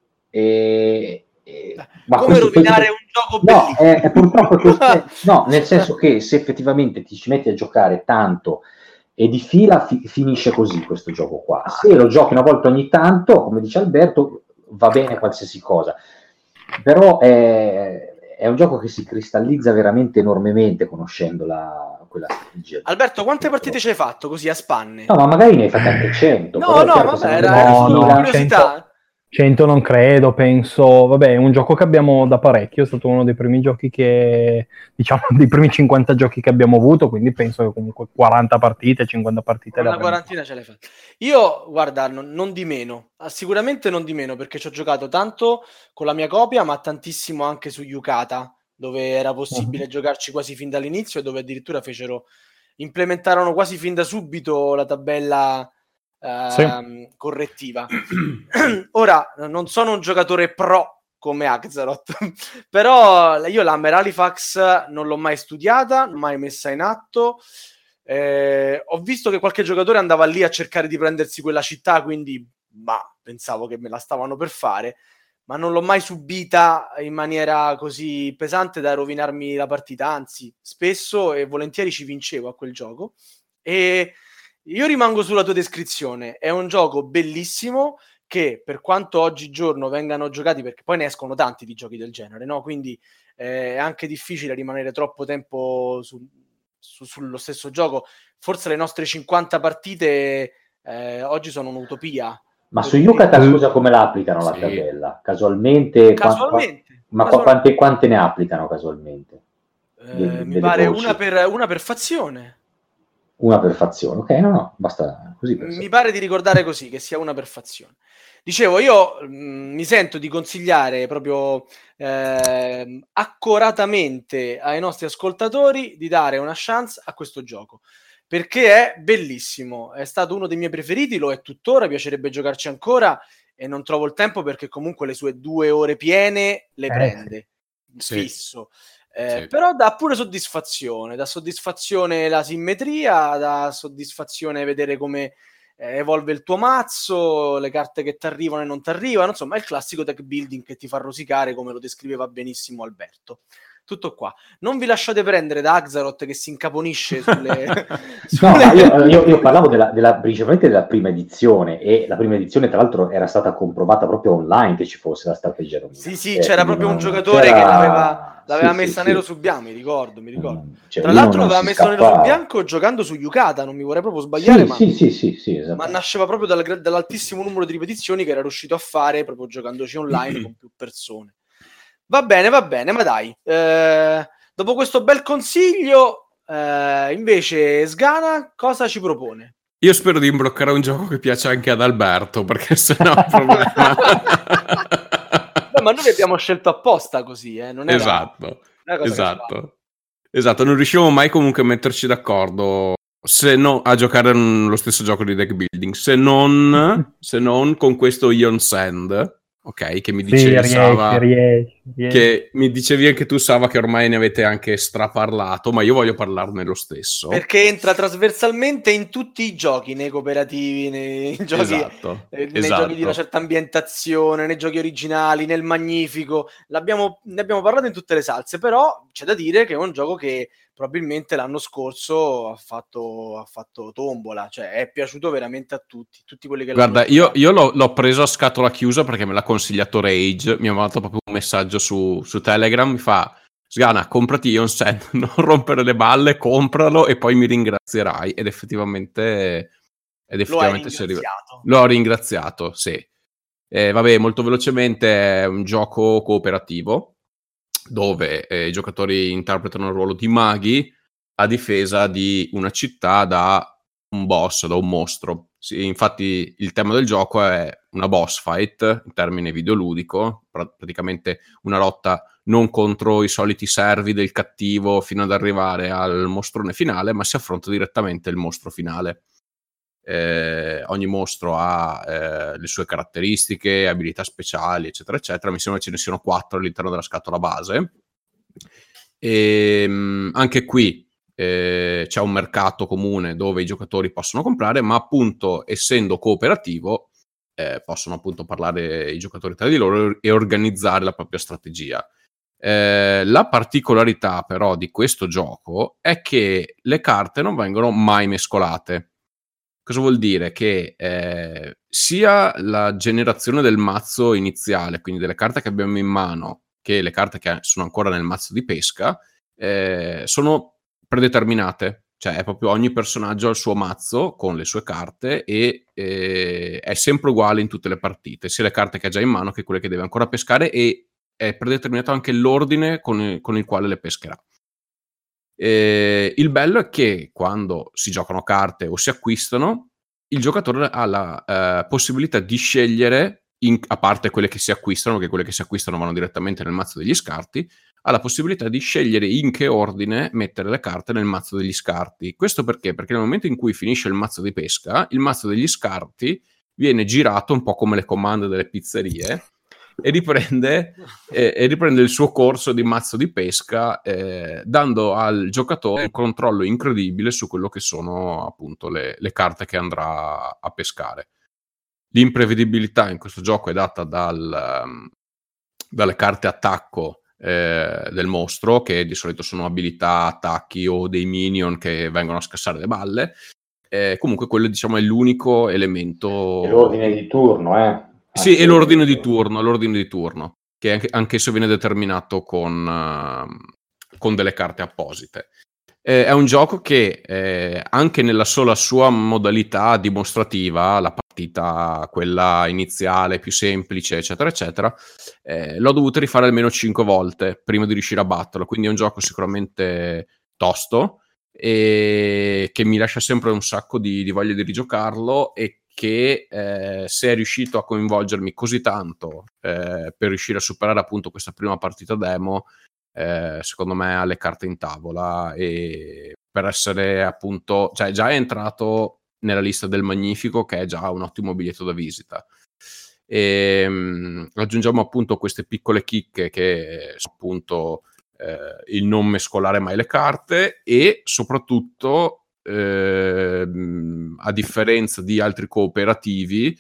B: Ma come rovinare un gioco bellissimo?
E: No, purtroppo no, nel senso che se effettivamente ti ci metti a giocare tanto e di fila, finisce così questo gioco qua. Se lo giochi una volta ogni tanto, come dice Alberto, va bene qualsiasi cosa, però è un gioco che si cristallizza veramente enormemente conoscendo quella strategia.
B: Alberto, quante partite ci hai fatto così a spanne?
E: No, ma magari ne hai fatte anche 100.
B: No, vabbè, era curiosità.
C: 100 non credo, penso, vabbè, è un gioco che abbiamo da parecchio, è stato uno dei primi giochi dei primi 50 giochi che abbiamo avuto, quindi penso che comunque 40 partite, 50 partite
B: una quarantina ce l'hai fatta. Io, guarda, non di meno, sicuramente non di meno, perché ci ho giocato tanto con la mia copia, ma tantissimo anche su Yukata, dove era possibile giocarci quasi fin dall'inizio, e dove addirittura implementarono quasi fin da subito la tabella correttiva. Ora non sono un giocatore pro come Axaroth, però io l'Hammer Halifax non l'ho mai studiata, non mai messa in atto. Ho visto che qualche giocatore andava lì a cercare di prendersi quella città, quindi pensavo che me la stavano per fare, ma non l'ho mai subita in maniera così pesante da rovinarmi la partita, anzi spesso e volentieri ci vincevo a quel gioco. E io rimango sulla tua descrizione, è un gioco bellissimo che, per quanto oggigiorno vengano giocati, perché poi ne escono tanti di giochi del genere, no? Quindi è anche difficile rimanere troppo tempo sullo stesso gioco. Forse le nostre 50 partite oggi sono un'utopia.
E: Ma su Yukata, scusa, come la applicano la tabella? Casualmente? Ma quante ne applicano casualmente?
B: Mi pare una per fazione.
E: Una per fazione, ok, no, basta così.
B: Mi pare di ricordare così, che sia una per fazione. Dicevo, io mi sento di consigliare proprio accuratamente ai nostri ascoltatori di dare una chance a questo gioco, perché è bellissimo, è stato uno dei miei preferiti, lo è tuttora, piacerebbe giocarci ancora e non trovo il tempo perché comunque le sue 2 ore piene le prende,
D: Sì.
B: fisso.
D: Sì.
B: Però dà pure soddisfazione, dà soddisfazione la simmetria, dà soddisfazione vedere come evolve il tuo mazzo, le carte che ti arrivano e non ti arrivano, insomma è il classico deck building che ti fa rosicare, come lo descriveva benissimo Alberto. Tutto qua. Non vi lasciate prendere da Axaroth che si incaponisce sulle...
E: No, io parlavo principalmente della prima edizione, e la prima edizione tra l'altro era stata comprovata proprio online che ci fosse la strategia dominante.
B: Sì, c'era proprio un giocatore che l'aveva messa nero su bianco, mi ricordo.
E: Cioè,
B: tra l'altro l'aveva messo nero su bianco giocando su Yukata, non mi vorrei proprio sbagliare,
E: esatto.
B: Ma nasceva proprio dall'altissimo numero di ripetizioni che era riuscito a fare proprio giocandoci online con più persone. Va bene, ma dai, dopo questo bel consiglio, invece Sgana cosa ci propone?
D: Io spero di imbloccare un gioco che piace anche ad Alberto, perché sennò il problema...
B: No, ma noi abbiamo scelto apposta così, non era
D: Esatto, non riusciamo mai comunque a metterci d'accordo se no a giocare lo stesso gioco di deck building, se non con questo Ion Sand. Ok, che mi dicevi Sava, che mi dicevi anche tu Sava che ormai ne avete anche straparlato, ma io voglio parlarne lo stesso.
B: Perché entra trasversalmente in tutti i giochi, nei cooperativi, nei giochi, nei giochi di una certa ambientazione, nei giochi originali, nel Magnifico. Ne abbiamo parlato in tutte le salse, però c'è da dire che è un gioco che probabilmente l'anno scorso ha fatto tombola, cioè è piaciuto veramente a tutti quelli che
D: guarda, io l'ho preso a scatola chiusa perché me l'ha consigliato Rage, mi ha mandato proprio un messaggio su Telegram, mi fa: Sgana, comprati Ion Sand, non rompere le balle, compralo e poi mi ringrazierai. Ed effettivamente l'ho ringraziato, sì. Vabbè, molto velocemente è un gioco cooperativo dove i giocatori interpretano il ruolo di maghi a difesa di una città da un boss, da un mostro. Sì, infatti il tema del gioco è una boss fight, in termine videoludico, praticamente una lotta non contro i soliti servi del cattivo fino ad arrivare al mostrone finale, ma si affronta direttamente il mostro finale. Ogni mostro ha le sue caratteristiche, abilità speciali, eccetera, eccetera. Mi sembra ce ne siano 4 all'interno della scatola base. E anche qui c'è un mercato comune dove i giocatori possono comprare, ma appunto essendo cooperativo possono appunto parlare i giocatori tra di loro e organizzare la propria strategia. La particolarità però di questo gioco è che le carte non vengono mai mescolate. Cosa vuol dire? Che sia la generazione del mazzo iniziale, quindi delle carte che abbiamo in mano, che le carte che sono ancora nel mazzo di pesca, sono predeterminate. Cioè è proprio ogni personaggio ha il suo mazzo con le sue carte e è sempre uguale in tutte le partite, sia le carte che ha già in mano che quelle che deve ancora pescare, e è predeterminato anche l'ordine con il quale le pescherà. Il bello è che quando si giocano carte o si acquistano, il giocatore ha la possibilità di scegliere, a parte quelle che si acquistano, che quelle che si acquistano vanno direttamente nel mazzo degli scarti, ha la possibilità di scegliere in che ordine mettere le carte nel mazzo degli scarti. Questo perché? Perché nel momento in cui finisce il mazzo di pesca, il mazzo degli scarti viene girato un po' come le comande delle pizzerie e riprende il suo corso di mazzo di pesca, dando al giocatore un controllo incredibile su quello che sono appunto le carte che andrà a pescare. L'imprevedibilità in questo gioco è data dalle carte attacco del mostro, che di solito sono abilità, attacchi o dei minion che vengono a scassare le balle. Comunque quello diciamo è l'unico elemento.
E: E l'ordine di turno,
D: Sì, è l'ordine di turno, che anch'esso viene determinato con delle carte apposite. È un gioco che anche nella sola sua modalità dimostrativa, la partita, quella iniziale, più semplice, eccetera, eccetera, l'ho dovuto rifare almeno 5 volte prima di riuscire a batterlo, quindi è un gioco sicuramente tosto e che mi lascia sempre un sacco di voglia di rigiocarlo, e che se è riuscito a coinvolgermi così tanto per riuscire a superare appunto questa prima partita demo, secondo me ha le carte in tavola, e per essere appunto, cioè già è entrato nella lista del Magnifico, che è già un ottimo biglietto da visita. E aggiungiamo appunto queste piccole chicche che sono appunto il non mescolare mai le carte, e soprattutto a differenza di altri cooperativi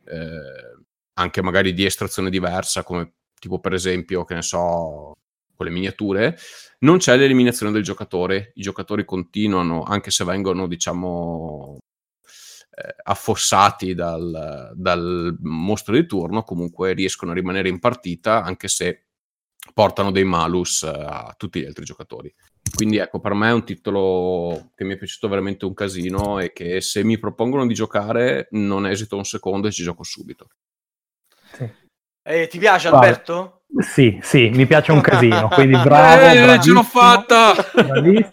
D: anche magari di estrazione diversa, come tipo per esempio, che ne so, con le miniature, non c'è l'eliminazione del giocatore. I giocatori continuano, anche se vengono, diciamo, affossati dal mostro di turno, comunque riescono a rimanere in partita anche se portano dei malus a tutti gli altri giocatori. Quindi ecco, per me è un titolo che mi è piaciuto veramente un casino, e che se mi propongono di giocare non esito un secondo e ci gioco subito.
C: Sì.
B: Ti piace, Alberto?
C: Sì, mi piace un casino, quindi bravo,
D: ce l'ho fatta!
C: Bravissimo.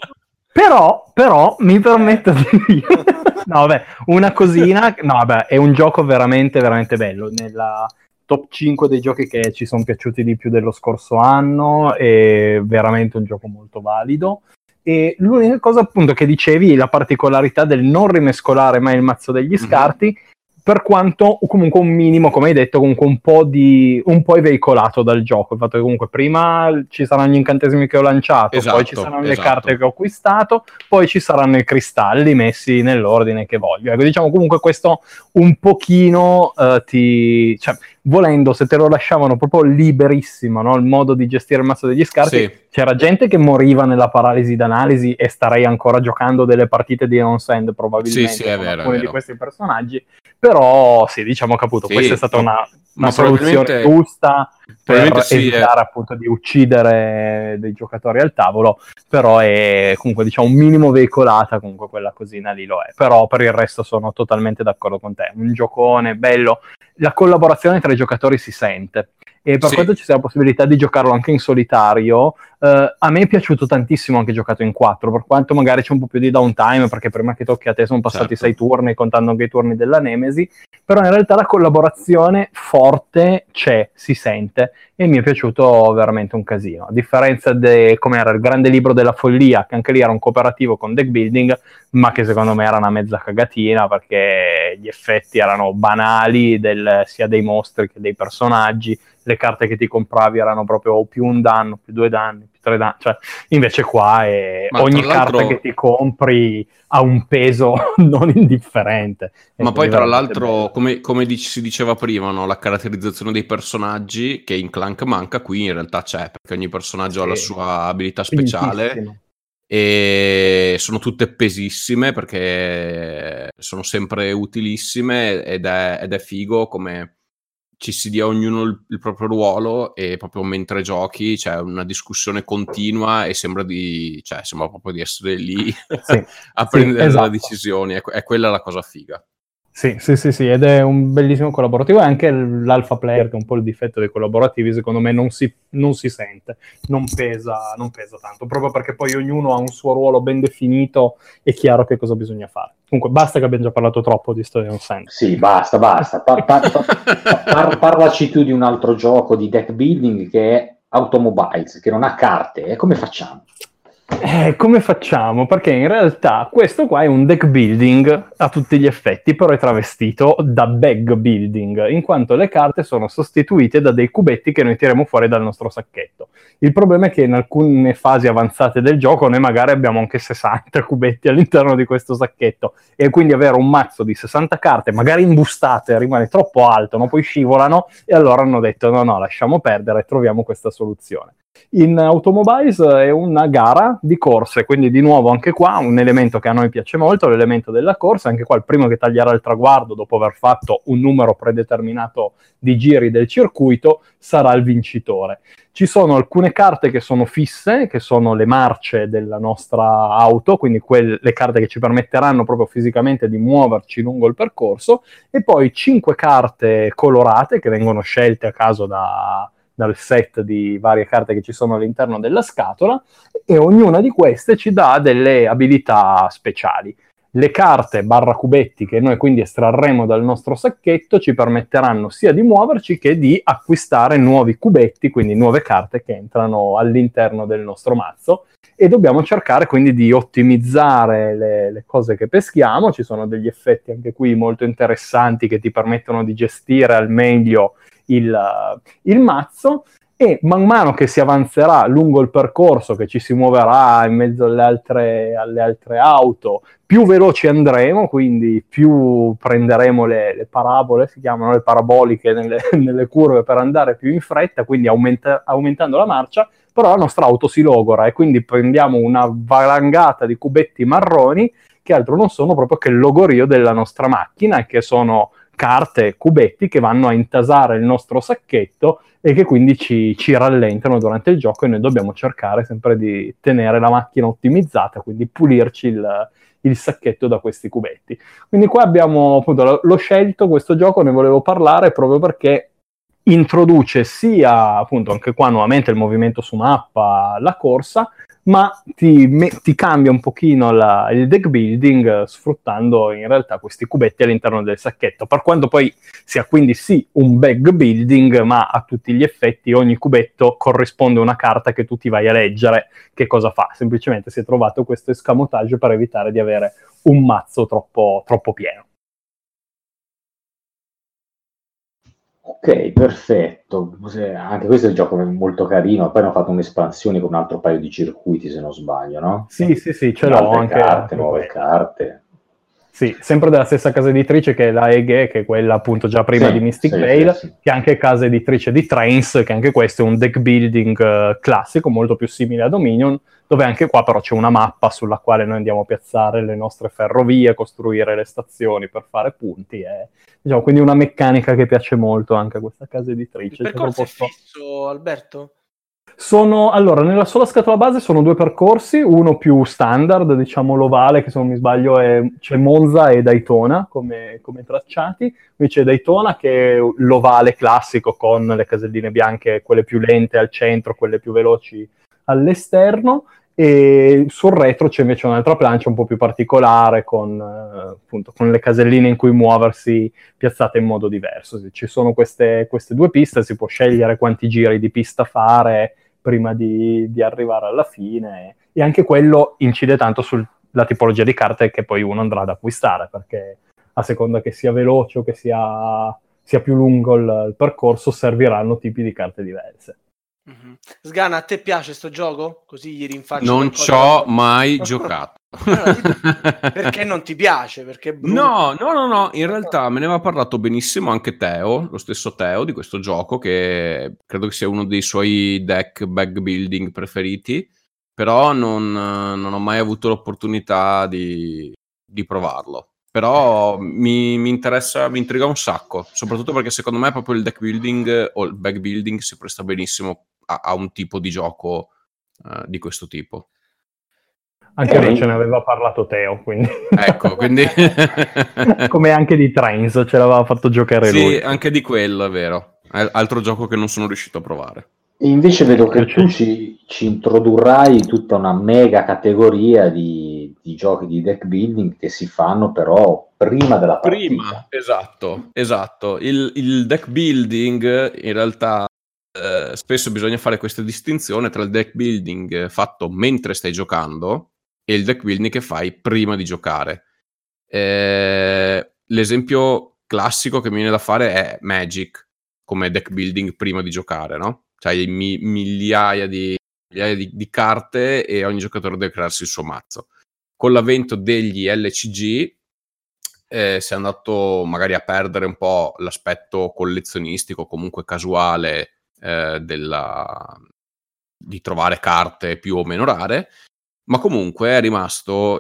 C: Però mi permetto di dire, no vabbè, una cosina, no vabbè, è un gioco veramente, veramente bello, nella top 5 dei giochi che ci sono piaciuti di più dello scorso anno, è veramente un gioco molto valido. E l'unica cosa appunto che dicevi, la particolarità del non rimescolare mai il mazzo degli scarti, per quanto comunque un minimo, come hai detto, comunque un po' è veicolato dal gioco, il fatto che comunque prima ci saranno gli incantesimi che ho lanciato, poi ci saranno le carte che ho acquistato, poi ci saranno i cristalli messi nell'ordine che voglio. Ecco, diciamo comunque questo un pochino cioè, volendo, se te lo lasciavano proprio liberissimo, no? Il modo di gestire il mazzo degli scarti, sì. C'era gente che moriva nella paralisi d'analisi, e starei ancora giocando delle partite di Eon Sand probabilmente
D: sì, è vero,
C: alcuni di questi personaggi, però sì, diciamo che appunto questa è stata una soluzione giusta per evitare appunto di uccidere dei giocatori al tavolo, però è comunque diciamo un minimo veicolata, comunque quella cosina lì lo è, però per il resto sono totalmente d'accordo con te, un giocone bello, la collaborazione tra i giocatori si sente, e per quanto ci sia la possibilità di giocarlo anche in solitario, a me è piaciuto tantissimo anche giocato in 4, per quanto magari c'è un po' più di downtime, perché prima che tocchi a te sono passati 6 turni, contando anche i turni della Nemesi, però in realtà la collaborazione forte c'è, si sente, e mi è piaciuto veramente un casino, a differenza di come era il Grande Libro della Follia, che anche lì era un cooperativo con deck building, ma che secondo me era una mezza cagatina, perché gli effetti erano banali sia dei mostri che dei personaggi, le carte che ti compravi erano proprio più un danno, più 2 danni, più 3 danni, cioè invece qua ogni carta che ti compri ha un peso non indifferente.
D: Ma poi tra l'altro, come si diceva prima, no? La caratterizzazione dei personaggi, che in Clank manca, qui in realtà c'è, perché ogni personaggio ha la sua abilità speciale, e sono tutte pesissime, perché sono sempre utilissime, ed è figo come ci si dia ognuno il proprio ruolo, e proprio mentre giochi c'è una discussione continua, e sembra proprio di essere lì a prendere le decisioni, è quella la cosa figa.
C: Sì, ed è un bellissimo collaborativo, e anche l'alpha player, che è un po' il difetto dei collaborativi, secondo me non si sente, non pesa tanto, proprio perché poi ognuno ha un suo ruolo ben definito e chiaro che cosa bisogna fare. Comunque basta, che abbiamo già parlato troppo di Story of Sand.
E: Sì, basta. Parlaci tu di un altro gioco di deck building, che è Automobiles, che non ha carte, e come facciamo?
C: Come facciamo? Perché in realtà questo qua è un deck building a tutti gli effetti, però è travestito da bag building, in quanto le carte sono sostituite da dei cubetti che noi tiriamo fuori dal nostro sacchetto. Il problema è che in alcune fasi avanzate del gioco noi magari abbiamo anche 60 cubetti all'interno di questo sacchetto, e quindi avere un mazzo di 60 carte, magari imbustate, rimane troppo alto, no? Poi scivolano, e allora hanno detto no, lasciamo perdere, troviamo questa soluzione. In Automobiles è una gara di corse, quindi di nuovo anche qua un elemento che a noi piace molto, l'elemento della corsa. Anche qua il primo che taglierà il traguardo dopo aver fatto un numero predeterminato di giri del circuito sarà il vincitore. Ci sono alcune carte che sono fisse, che sono le marce della nostra auto, quindi le carte che ci permetteranno proprio fisicamente di muoverci lungo il percorso, e poi 5 carte colorate che vengono scelte a caso dal set di varie carte che ci sono all'interno della scatola, e ognuna di queste ci dà delle abilità speciali. le carte / cubetti che noi quindi estrarremo dal nostro sacchetto ci permetteranno sia di muoverci che di acquistare nuovi cubetti, quindi nuove carte che entrano all'interno del nostro mazzo, e dobbiamo cercare quindi di ottimizzare le cose che peschiamo. Ci sono degli effetti anche qui molto interessanti che ti permettono di gestire al meglio il mazzo, e man mano che si avanzerà lungo il percorso, che ci si muoverà in mezzo alle altre auto, più veloci andremo, quindi più prenderemo le parabole, si chiamano le paraboliche nelle curve, per andare più in fretta, quindi aumentando la marcia, però la nostra auto si logora e quindi prendiamo una valangata di cubetti marroni che altro non sono proprio che il logorio della nostra macchina, e che sono carte, cubetti che vanno a intasare il nostro sacchetto e che quindi ci rallentano durante il gioco, e noi dobbiamo cercare sempre di tenere la macchina ottimizzata, quindi pulirci il sacchetto da questi cubetti. Quindi qua abbiamo appunto, l'ho scelto questo gioco, ne volevo parlare proprio perché introduce sia appunto anche qua nuovamente il movimento su mappa, la corsa, ma ti cambia un pochino il deck building, sfruttando in realtà questi cubetti all'interno del sacchetto, per quanto poi sia quindi sì un deck building, ma a tutti gli effetti ogni cubetto corrisponde a una carta che tu ti vai a leggere che cosa fa. Semplicemente si è trovato questo escamotage per evitare di avere un mazzo troppo pieno.
E: Ok, perfetto. Anche questo è un gioco molto carino. Poi hanno fatto un'espansione con un altro paio di circuiti, se non sbaglio, no?
C: Sì, ce l'ho anche.
E: Carte, nuove carte.
C: Sì, sempre della stessa casa editrice che è la EGE, che è quella appunto già prima di Mystic Vale, che è anche casa editrice di Trains, che anche questo è un deck building classico, molto più simile a Dominion, dove anche qua però c'è una mappa sulla quale noi andiamo a piazzare le nostre ferrovie, costruire le stazioni per fare punti, e diciamo, quindi una meccanica che piace molto anche a questa casa editrice.
B: Il percorso è fisso, Alberto?
C: Allora, nella sola scatola base sono 2 percorsi, uno più standard, diciamo l'ovale, che se non mi sbaglio c'è Monza e Daytona come tracciati, invece Daytona che è l'ovale classico con le caselline bianche, quelle più lente al centro, quelle più veloci all'esterno, e sul retro c'è invece un'altra plancia un po' più particolare appunto, con le caselline in cui muoversi piazzate in modo diverso. Ci sono queste 2 piste, si può scegliere quanti giri di pista fare prima di arrivare alla fine, e anche quello incide tanto sulla tipologia di carte che poi uno andrà ad acquistare, perché a seconda che sia veloce o che sia più lungo il percorso serviranno tipi di carte diverse.
B: Mm-hmm. Sgana, a te piace sto gioco? Così gli rinfaccio.
D: Non ci ho mai giocato.
B: Perché non ti piace? Perché è brutto?
D: No, in realtà me ne aveva parlato benissimo anche Teo, lo stesso Teo, di questo gioco, che credo che sia uno dei suoi deck building preferiti, però non ho mai avuto l'opportunità di provarlo. Però mi interessa, mi intriga un sacco, soprattutto perché secondo me proprio il deck building o il back building si presta benissimo a un tipo di gioco di questo tipo.
C: Anche lì ce ne aveva parlato Teo, quindi
D: ecco, quindi
C: come anche di Trains ce l'aveva fatto giocare lui.
D: Sì, anche di quello è vero, è altro gioco che non sono riuscito a provare.
E: E invece vedo che tu ci introdurrai tutta una mega categoria di giochi di deck building che si fanno però prima della partita.
D: Esatto. Il deck building in realtà spesso bisogna fare questa distinzione tra il deck building fatto mentre stai giocando e il deck building che fai prima di giocare. L'esempio classico che mi viene da fare è Magic come deck building prima di giocare, no? C'hai migliaia di carte e ogni giocatore deve crearsi il suo mazzo. Con l'avvento degli LCG si è andato magari a perdere un po' l'aspetto collezionistico, comunque casuale, di trovare carte più o meno rare, ma comunque è rimasto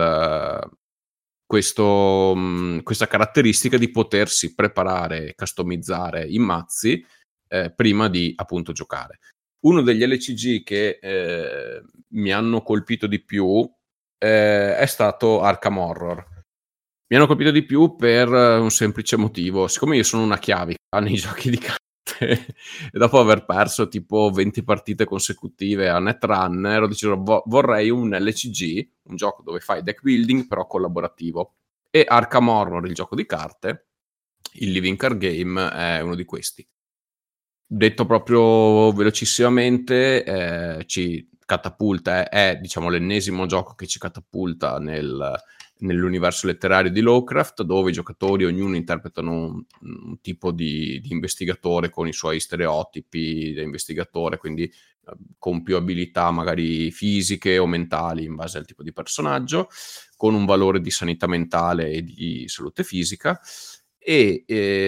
D: questa caratteristica di potersi preparare e customizzare i mazzi prima di appunto giocare. Uno degli LCG che mi hanno colpito di più è stato Arkham Horror. Mi hanno colpito di più per un semplice motivo: siccome io sono una chiavica nei giochi di e dopo aver perso tipo 20 partite consecutive a Netrunner ho deciso vorrei un LCG, un gioco dove fai deck building però collaborativo, e Arkham Horror, il gioco di carte, il living card game, è uno di questi. Detto proprio velocissimamente, ci catapulta, è diciamo l'ennesimo gioco che ci catapulta nell'universo letterario di Lovecraft, dove i giocatori ognuno interpretano un tipo di investigatore con i suoi stereotipi da investigatore, quindi con più abilità magari fisiche o mentali in base al tipo di personaggio, con un valore di sanità mentale e di salute fisica, e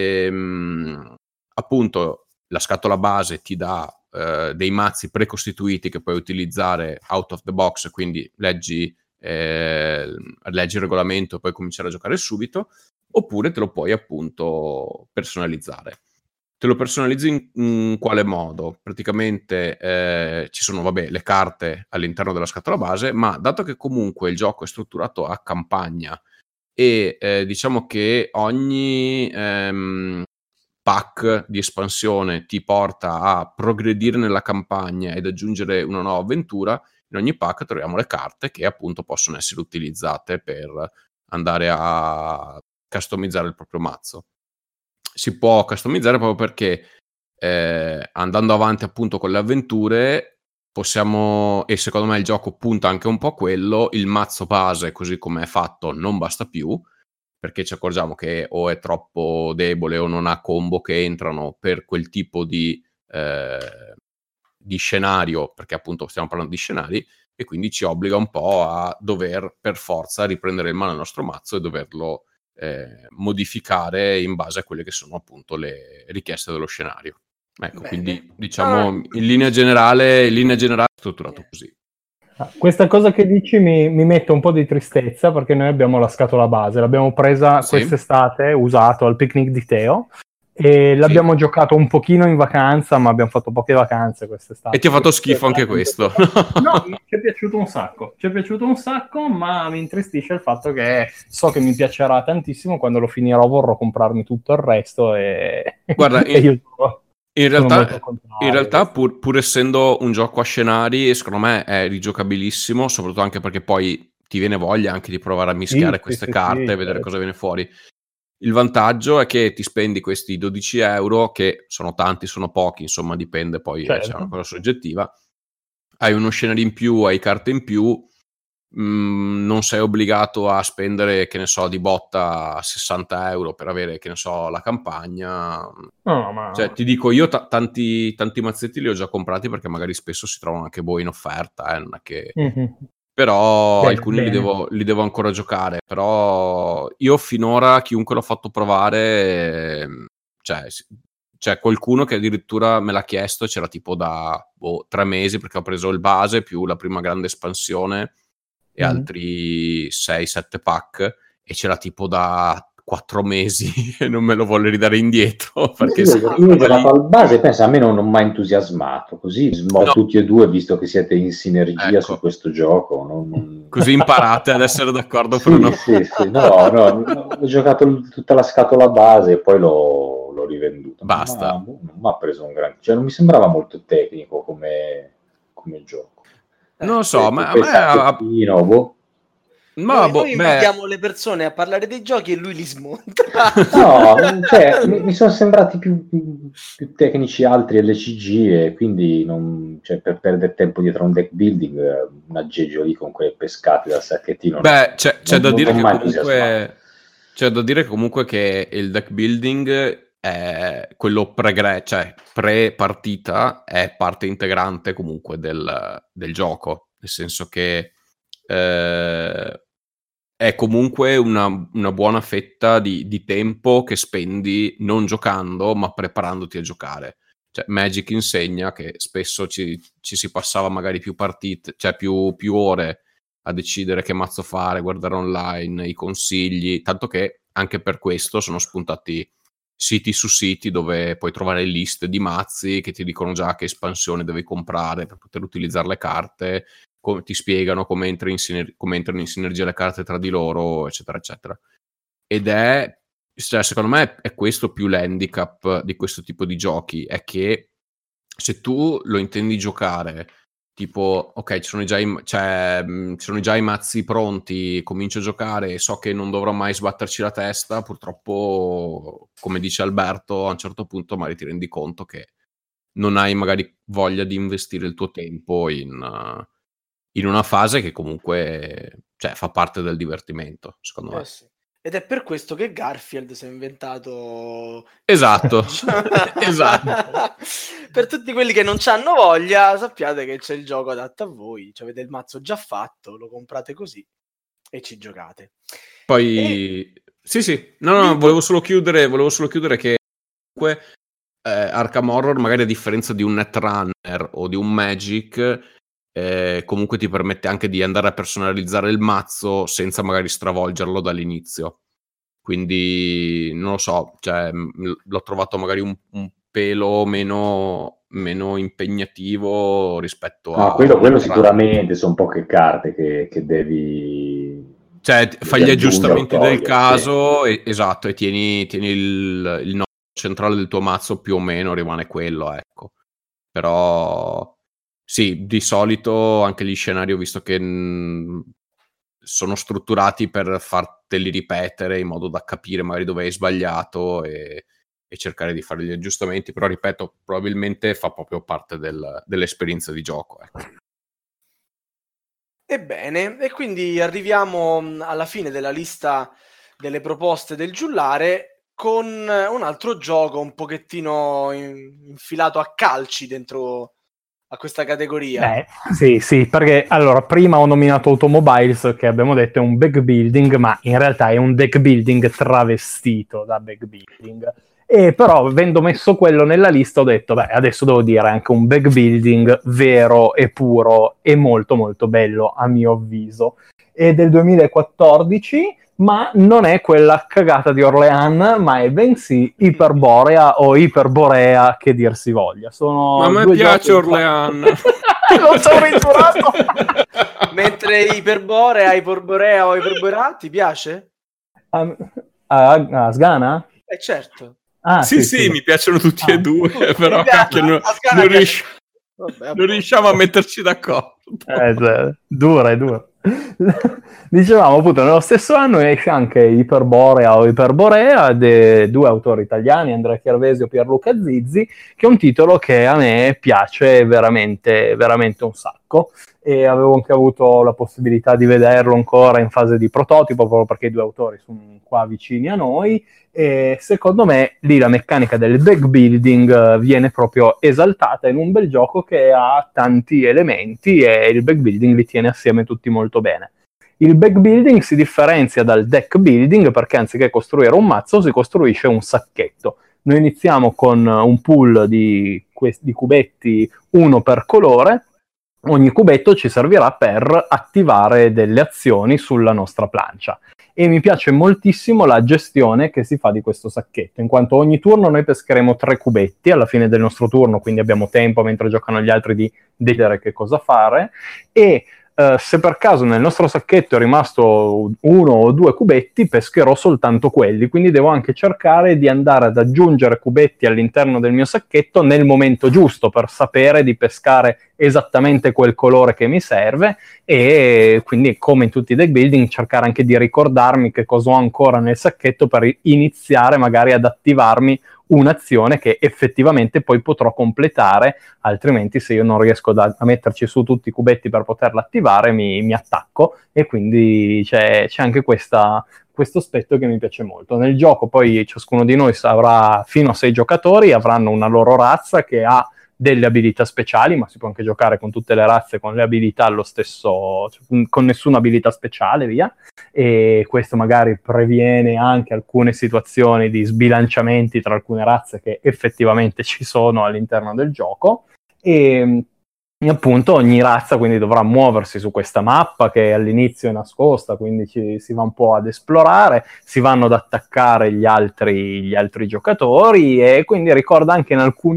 D: appunto la scatola base ti dà dei mazzi precostituiti che puoi utilizzare out of the box, quindi leggi il regolamento e puoi cominciare a giocare subito, oppure te lo puoi appunto personalizzare. Te lo personalizzi in quale modo? Praticamente ci sono le carte all'interno della scatola base, ma dato che comunque il gioco è strutturato a campagna e diciamo che ogni pack di espansione ti porta a progredire nella campagna ed aggiungere una nuova avventura, in ogni pack troviamo le carte che appunto possono essere utilizzate per andare a customizzare il proprio mazzo. Si può customizzare proprio perché andando avanti appunto con le avventure possiamo, e secondo me il gioco punta anche un po' a quello, il mazzo base così come è fatto non basta più, perché ci accorgiamo che o è troppo debole o non ha combo che entrano per quel tipo di scenario, perché appunto stiamo parlando di scenari, e quindi ci obbliga un po' a dover per forza riprendere in mano il nostro mazzo e doverlo modificare in base a quelle che sono appunto le richieste dello scenario. Ecco, bene. Quindi diciamo in linea generale è strutturato così.
C: Questa cosa che dici mi mette un po' di tristezza, perché noi abbiamo la scatola base, l'abbiamo presa quest'estate, usato al picnic di Teo, e l'abbiamo giocato un pochino in vacanza, ma abbiamo fatto poche vacanze quest'estate.
D: E ti ha fatto schifo anche questo?
C: No, mi è piaciuto un sacco, ma mi intristisce il fatto che so che mi piacerà tantissimo, quando lo finirò vorrò comprarmi tutto il resto e...
D: Guarda, in realtà pur essendo un gioco a scenari, secondo me è rigiocabilissimo, soprattutto anche perché poi ti viene voglia anche di provare a mischiare queste carte e vedere cosa viene fuori. Il vantaggio è che ti spendi questi 12 euro, che sono tanti, sono pochi, insomma dipende, poi c'è una cosa soggettiva, hai uno scenario in più, hai carte in più, non sei obbligato a spendere, che ne so, di botta 60 euro per avere, che ne so, la campagna.
C: No, ma...
D: Cioè, ti dico, io tanti mazzetti li ho già comprati, perché magari spesso si trovano anche in offerta, non è che... Però alcuni li devo ancora giocare. Però io finora, chiunque l'ho fatto provare, c'è qualcuno che addirittura me l'ha chiesto, c'era tipo da 3 mesi, perché ho preso il base più la prima grande espansione e altri 6-7 pack, e c'era tipo da 4 mesi e non me lo vuole ridare indietro, perché
E: io ho giocato al base, pensa, a me non ho mai entusiasmato, così tutti e due, visto che siete in sinergia su questo gioco,
D: così imparate ad essere d'accordo.
E: No, ho giocato tutta la scatola base e poi l'ho rivenduto,
D: basta.
E: Non mi ha preso un gran, cioè non mi sembrava molto tecnico come gioco.
D: Non lo so, ma
B: noi invitiamo le persone a parlare dei giochi e lui li smonta.
E: No, cioè, mi sono sembrati più tecnici altri LCG, e quindi per perdere tempo dietro a un deck building, un aggeggio lì con quei pescati dal sacchettino.
D: C'è da dire che comunque che il deck building è quello pre-partita, è parte integrante comunque del gioco, nel senso che è comunque una buona fetta di tempo che spendi non giocando, ma preparandoti a giocare. Cioè, Magic insegna che spesso ci si passava magari più partite, cioè più ore a decidere che mazzo fare, guardare online i consigli, tanto che anche per questo sono spuntati siti su siti dove puoi trovare liste di mazzi che ti dicono già che espansione devi comprare per poter utilizzare le carte, ti spiegano come entrano in sinergia le carte tra di loro, eccetera eccetera. Ed è cioè, secondo me è questo più l'handicap di questo tipo di giochi, è che se tu lo intendi giocare tipo, ok, ci sono già i mazzi pronti, comincio a giocare e so che non dovrò mai sbatterci la testa, purtroppo, come dice Alberto, a un certo punto magari ti rendi conto che non hai magari voglia di investire il tuo tempo in una fase che comunque, cioè, fa parte del divertimento, secondo me.
B: Sì. Ed è per questo che Garfield si è inventato...
D: Esatto, esatto.
B: Per tutti quelli che non c'hanno voglia, sappiate che c'è il gioco adatto a voi. Cioè, avete il mazzo già fatto, lo comprate così e ci giocate.
D: Poi... Sì. No, volevo solo chiudere che comunque Arkham Horror, magari a differenza di un Netrunner o di un Magic... comunque ti permette anche di andare a personalizzare il mazzo senza magari stravolgerlo dall'inizio, quindi non lo so, cioè, l'ho trovato magari un pelo meno impegnativo rispetto a
E: quello sicuramente sono poche carte che devi,
D: cioè fai gli aggiustamenti del caso,
E: sì.
D: Esatto, e tieni il nodo centrale del tuo mazzo più o meno rimane quello, ecco. Però sì, di solito anche gli scenari ho visto che sono strutturati per farteli ripetere in modo da capire magari dove hai sbagliato e cercare di fare gli aggiustamenti, però ripeto, probabilmente fa proprio parte dell'esperienza di gioco. Ecco.
B: Ebbene, e quindi arriviamo alla fine della lista delle proposte del giullare con un altro gioco un pochettino infilato a calci dentro a questa categoria.
C: Sì, perché allora prima ho nominato Automobiles, che abbiamo detto è un back building, ma in realtà è un deck building travestito da back building. E però, avendo messo quello nella lista, ho detto, adesso devo dire anche un back building vero e puro e molto molto bello, a mio avviso. È del 2014, ma non è quella cagata di Orleans, ma è bensì Iperborea o Iperborea, che dir si voglia.
D: Ma a me piace Orleans.
C: Lo so avventurato.
B: Mentre Iperborea o Iperborea ti piace?
C: A Sgana?
B: Certo.
D: Sì, mi piacciono tutti e due, però non riusciamo a metterci d'accordo.
C: Dura, è dura. Dicevamo appunto, nello stesso anno esce anche Iperborea o Iperborea, due autori italiani, Andrea Chiarvesio e Pierluca Zizzi, che è un titolo che a me piace veramente, veramente un sacco, e avevo anche avuto la possibilità di vederlo ancora in fase di prototipo, proprio perché i due autori sono qua vicini a noi, e secondo me lì la meccanica del deck building viene proprio esaltata in un bel gioco che ha tanti elementi e il deck building li tiene assieme tutti molto bene. Il back building si differenzia dal deck building perché anziché costruire un mazzo si costruisce un sacchetto. Noi iniziamo con un pool di cubetti, uno per colore. Ogni cubetto ci servirà per attivare delle azioni sulla nostra plancia. E mi piace moltissimo la gestione che si fa di questo sacchetto, in quanto ogni turno noi pescheremo 3 cubetti alla fine del nostro turno, quindi abbiamo tempo mentre giocano gli altri di decidere che cosa fare, e se per caso nel nostro sacchetto è rimasto 1 o 2 cubetti, pescherò soltanto quelli, quindi devo anche cercare di andare ad aggiungere cubetti all'interno del mio sacchetto nel momento giusto per sapere di pescare esattamente quel colore che mi serve, e quindi, come in tutti i deck building, cercare anche di ricordarmi che cosa ho ancora nel sacchetto per iniziare magari ad attivarmi un'azione che effettivamente poi potrò completare, altrimenti se io non riesco a metterci su tutti i cubetti per poterla attivare mi attacco, e quindi c'è anche questo aspetto che mi piace molto. Nel gioco poi ciascuno di noi avrà fino a 6 giocatori, avranno una loro razza che ha delle abilità speciali, ma si può anche giocare con tutte le razze con le abilità allo stesso, cioè, con nessuna abilità speciale, via, e questo magari previene anche alcune situazioni di sbilanciamenti tra alcune razze che effettivamente ci sono all'interno del gioco, e appunto ogni razza quindi dovrà muoversi su questa mappa che all'inizio è nascosta, quindi si va un po' ad esplorare, si vanno ad attaccare gli altri giocatori, e quindi ricorda anche in alcuni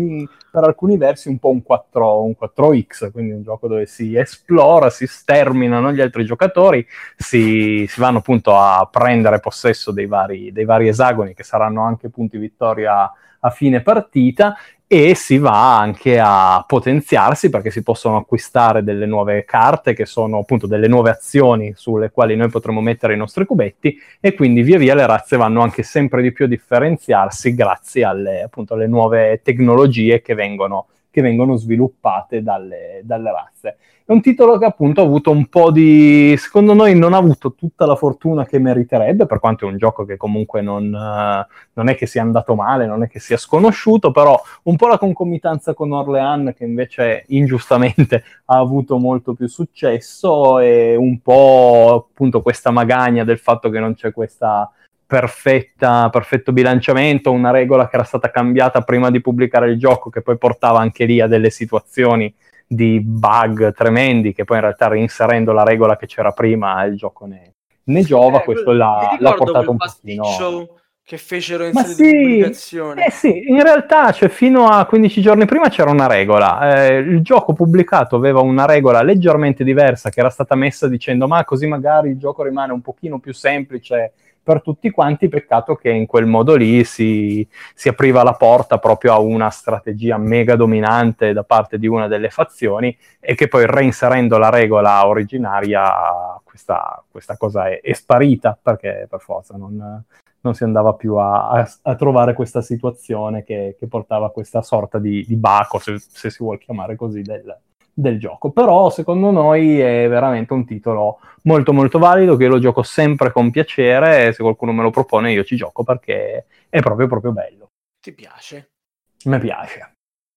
C: per alcuni versi un po' un 4X, quindi un gioco dove si esplora, si sterminano gli altri giocatori, si vanno appunto a prendere possesso dei vari esagoni che saranno anche punti vittoria a fine partita, e si va anche a potenziarsi perché si possono acquistare delle nuove carte che sono appunto delle nuove azioni sulle quali noi potremo mettere i nostri cubetti, e quindi via via le razze vanno anche sempre di più a differenziarsi grazie alle nuove tecnologie che vengono sviluppate dalle razze. È un titolo che appunto ha avuto un po' secondo noi non ha avuto tutta la fortuna che meriterebbe, per quanto è un gioco che comunque non è che sia andato male, non è che sia sconosciuto, però un po' la concomitanza con Orléans, che invece ingiustamente ha avuto molto più successo, e un po' appunto questa magagna del fatto che non c'è questa perfetto bilanciamento, una regola che era stata cambiata prima di pubblicare il gioco, che poi portava anche lì a delle situazioni di bug tremendi, che poi in realtà reinserendo la regola che c'era prima il gioco ne giova. Questo l'ha portato un pochino
B: che fecero in
C: ma
B: sede di pubblicazione.
C: sì, in realtà fino a 15 giorni prima c'era una regola, il gioco pubblicato aveva una regola leggermente diversa che era stata messa dicendo ma così magari il gioco rimane un pochino più semplice per tutti quanti. Peccato che in quel modo lì si apriva la porta proprio a una strategia mega dominante da parte di una delle fazioni, e che poi reinserendo la regola originaria questa cosa è sparita, perché per forza non si andava più a trovare questa situazione che portava a questa sorta di baco, se si vuol chiamare così, del gioco. Però secondo noi è veramente un titolo molto molto valido, che io lo gioco sempre con piacere, e se qualcuno me lo propone io ci gioco perché è proprio bello.
B: Ti piace?
C: Mi piace.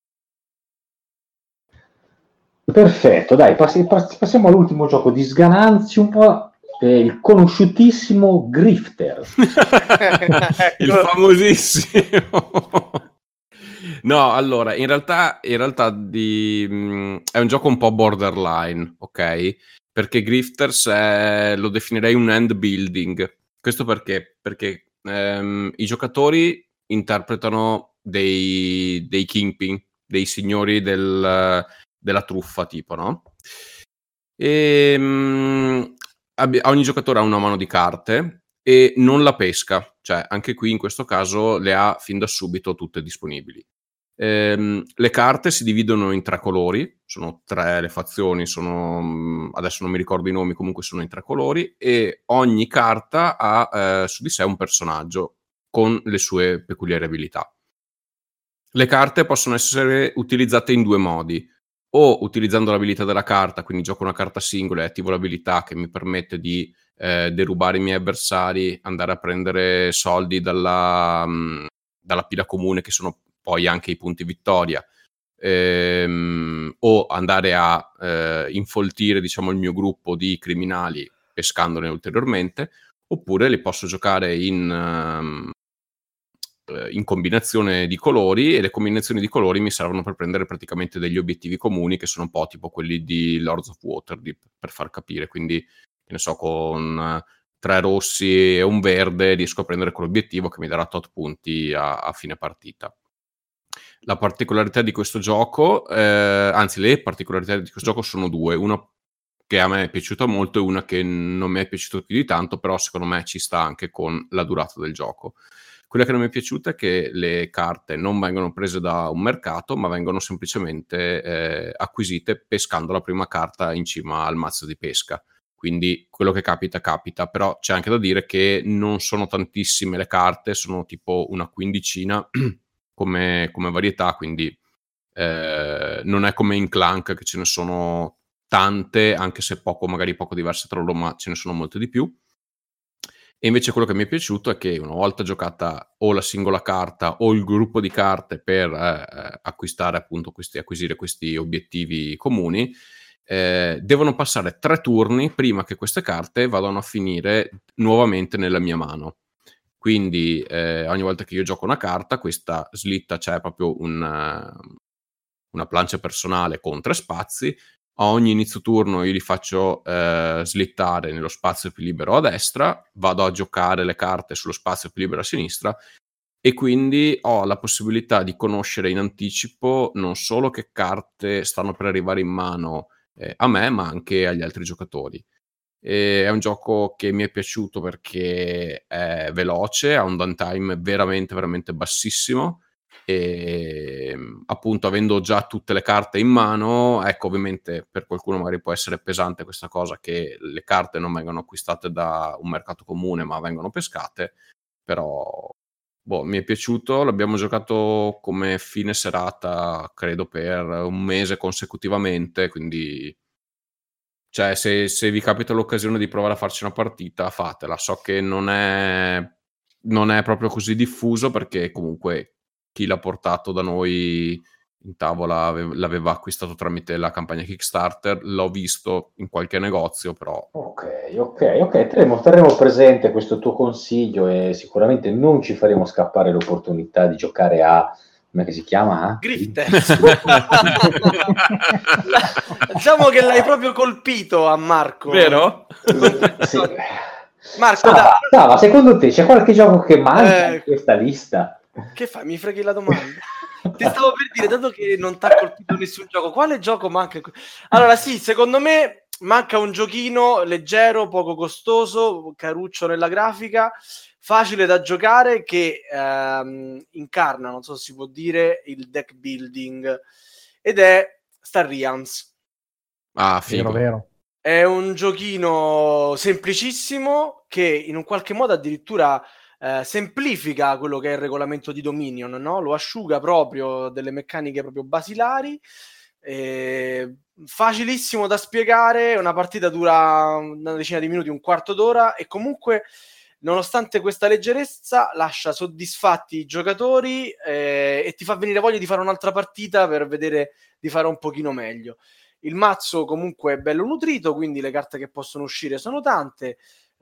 E: Perfetto, dai, passiamo all'ultimo gioco di Sganantium, il conosciutissimo Grifter.
D: Il famosissimo. No, allora, in realtà è un gioco un po' borderline, ok? Perché Grifters lo definirei un hand building. Questo perché? Perché i giocatori interpretano dei kingpin, dei signori della truffa, tipo, no? E ogni giocatore ha una mano di carte e non la pesca, cioè anche qui in questo caso le ha fin da subito tutte disponibili. Le carte si dividono in 3 colori, sono 3 le fazioni, adesso non mi ricordo i nomi, comunque sono in 3 colori, e ogni carta ha su di sé un personaggio con le sue peculiari abilità. Le carte possono essere utilizzate in 2 modi: o utilizzando l'abilità della carta, quindi gioco una carta singola e attivo l'abilità che mi permette di derubare i miei avversari, andare a prendere soldi dalla pila comune, che sono poi anche i punti vittoria, o andare a infoltire, diciamo, il mio gruppo di criminali pescandone ulteriormente, oppure li posso giocare in combinazione di colori, e le combinazioni di colori mi servono per prendere praticamente degli obiettivi comuni che sono un po' tipo quelli di Lords of Waterdeep, per far capire. Quindi, che ne so, con 3 rossi e un verde riesco a prendere quell'obiettivo che mi darà tot punti a fine partita. La particolarità di questo gioco, anzi le particolarità di questo gioco sono 2, una che a me è piaciuta molto e una che non mi è piaciuta più di tanto, però secondo me ci sta anche con la durata del gioco. Quella che non mi è piaciuta è che le carte non vengono prese da un mercato, ma vengono semplicemente acquisite pescando la prima carta in cima al mazzo di pesca. Quindi quello che capita, però c'è anche da dire che non sono tantissime le carte, sono tipo una quindicina come varietà, quindi non è come in Clank che ce ne sono tante, anche se magari poco diverse tra loro, ma ce ne sono molte di più. E invece quello che mi è piaciuto è che una volta giocata o la singola carta o il gruppo di carte per acquistare appunto acquisire questi obiettivi comuni, devono passare 3 turni prima che queste carte vadano a finire nuovamente nella mia mano. Quindi ogni volta che io gioco una carta, questa slitta, c'è proprio una plancia personale con 3 spazi. A ogni inizio turno io li faccio slittare nello spazio più libero a destra, vado a giocare le carte sullo spazio più libero a sinistra, e quindi ho la possibilità di conoscere in anticipo non solo che carte stanno per arrivare in mano a me, ma anche agli altri giocatori. È un gioco che mi è piaciuto perché è veloce, ha un downtime veramente, veramente bassissimo e appunto avendo già tutte le carte in mano, ecco, ovviamente per qualcuno magari può essere pesante questa cosa che le carte non vengono acquistate da un mercato comune ma vengono pescate, però mi è piaciuto, l'abbiamo giocato come fine serata credo per un mese consecutivamente, quindi cioè se vi capita l'occasione di provare a farci una partita, fatela. So che non è proprio così diffuso perché comunque chi l'ha portato da noi in tavola l'aveva acquistato tramite la campagna Kickstarter, l'ho visto in qualche negozio, però
E: Ok, terremo presente questo tuo consiglio e sicuramente non ci faremo scappare l'opportunità di giocare a, come si chiama?
B: Grifters. Diciamo che l'hai proprio colpito a Marco.
D: Vero?
E: Sì.
B: Marco,
E: Sava, secondo te c'è qualche gioco che manca in questa lista?
B: Che fai? Mi freghi la domanda. Ti stavo per dire, dato che non ti ha colpito nessun gioco, quale gioco manca? Allora sì, secondo me manca un giochino leggero, poco costoso, caruccio nella grafica, facile da giocare, che incarna, non so se si può dire, il deck building, ed è Star Realms.
D: Ah, figo.
C: Vero.
B: È un giochino semplicissimo che in un qualche modo addirittura semplifica quello che è il regolamento di Dominion, no? Lo asciuga proprio delle meccaniche proprio basilari, facilissimo da spiegare, una partita dura una decina di minuti, un quarto d'ora, e comunque nonostante questa leggerezza lascia soddisfatti i giocatori e ti fa venire voglia di fare un'altra partita per vedere di fare un pochino meglio. Il mazzo comunque è bello nutrito, quindi le carte che possono uscire sono tante,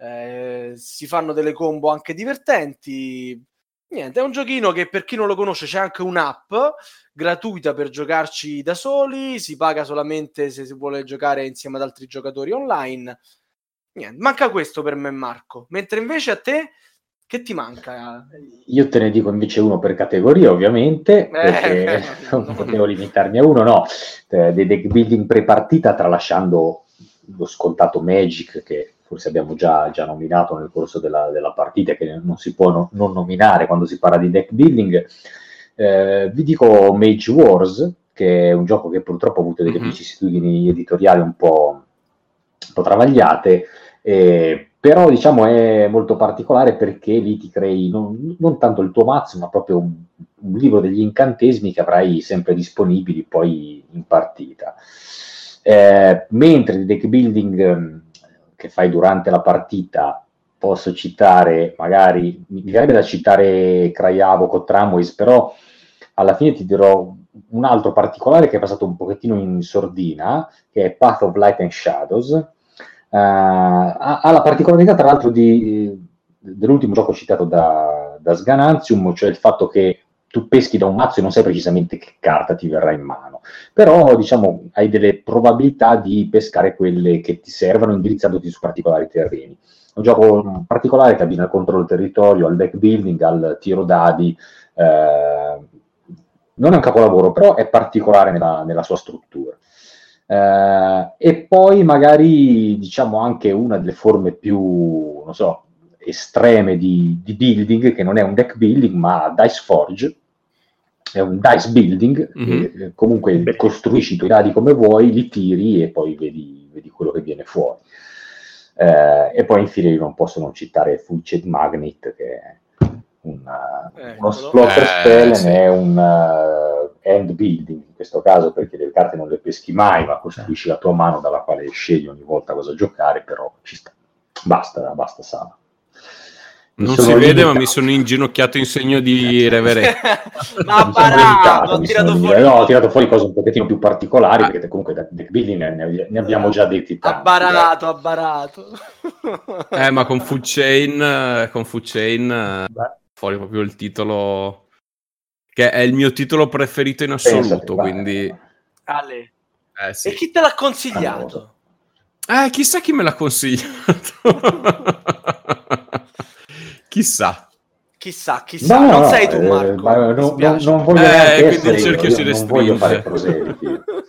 B: si fanno delle combo anche divertenti. Niente, è un giochino che per chi non lo conosce c'è anche un'app gratuita per giocarci da soli, si paga solamente se si vuole giocare insieme ad altri giocatori online. Niente, manca questo per me, Marco. Mentre invece a te, che ti manca?
E: Io te ne dico invece uno per categoria, ovviamente, perché non potevo limitarmi a uno, no. Dei deck building pre-partita, tralasciando lo scontato Magic, che forse abbiamo già nominato nel corso della partita, che non si può non nominare quando si parla di deck building. Vi dico Mage Wars, che è un gioco che purtroppo ha avuto delle vicissitudini editoriali un po' travagliate, però diciamo è molto particolare perché lì ti crei non tanto il tuo mazzo, ma proprio un libro degli incantesimi che avrai sempre disponibili poi in partita. Mentre il deck building che fai durante la partita, posso citare, magari mi viene da citare Krayavok o Tramways, però alla fine ti dirò un altro particolare che è passato un pochettino in sordina, che è Path of Light and Shadows. Ha la particolarità tra l'altro dell'ultimo gioco citato da Sganantium, cioè il fatto che tu peschi da un mazzo e non sai precisamente che carta ti verrà in mano, però diciamo hai delle probabilità di pescare quelle che ti servono indirizzandoti su particolari terreni. È un gioco particolare che abbina il controllo del territorio, al deck building, al tiro dadi. Non è un capolavoro, però è particolare nella sua struttura. E poi magari diciamo anche una delle forme più, non so, estreme di building, che non è un deck building ma Dice Forge, è un dice building, che comunque costruisci i tuoi dadi come vuoi, li tiri e poi vedi quello che viene fuori. E poi infine io non posso non citare Fulched Magnet, che è uno splatter spell, sì. È un end building in questo caso, perché le carte non le peschi mai, ma costruisci la tua mano dalla quale scegli ogni volta cosa giocare, però ci sta. Basta Sava.
D: Non si vede, ma mi sono inginocchiato in segno di reverenza.
B: Ho
E: tirato fuori cose un pochettino più particolari, perché comunque da deck building ne abbiamo già detti tanti.
B: Abbarato.
D: Ma con Food Chain fuori proprio il titolo, che è il mio titolo preferito in assoluto, quindi...
B: Ale.
D: Sì.
B: E chi te l'ha consigliato?
D: Chissà chi me l'ha consigliato. Chissà.
B: Chissà, non sei tu, Marco.
E: Non voglio neanche
D: quindi il cerchio si
E: non voglio
D: restringe.
E: fare proseliti.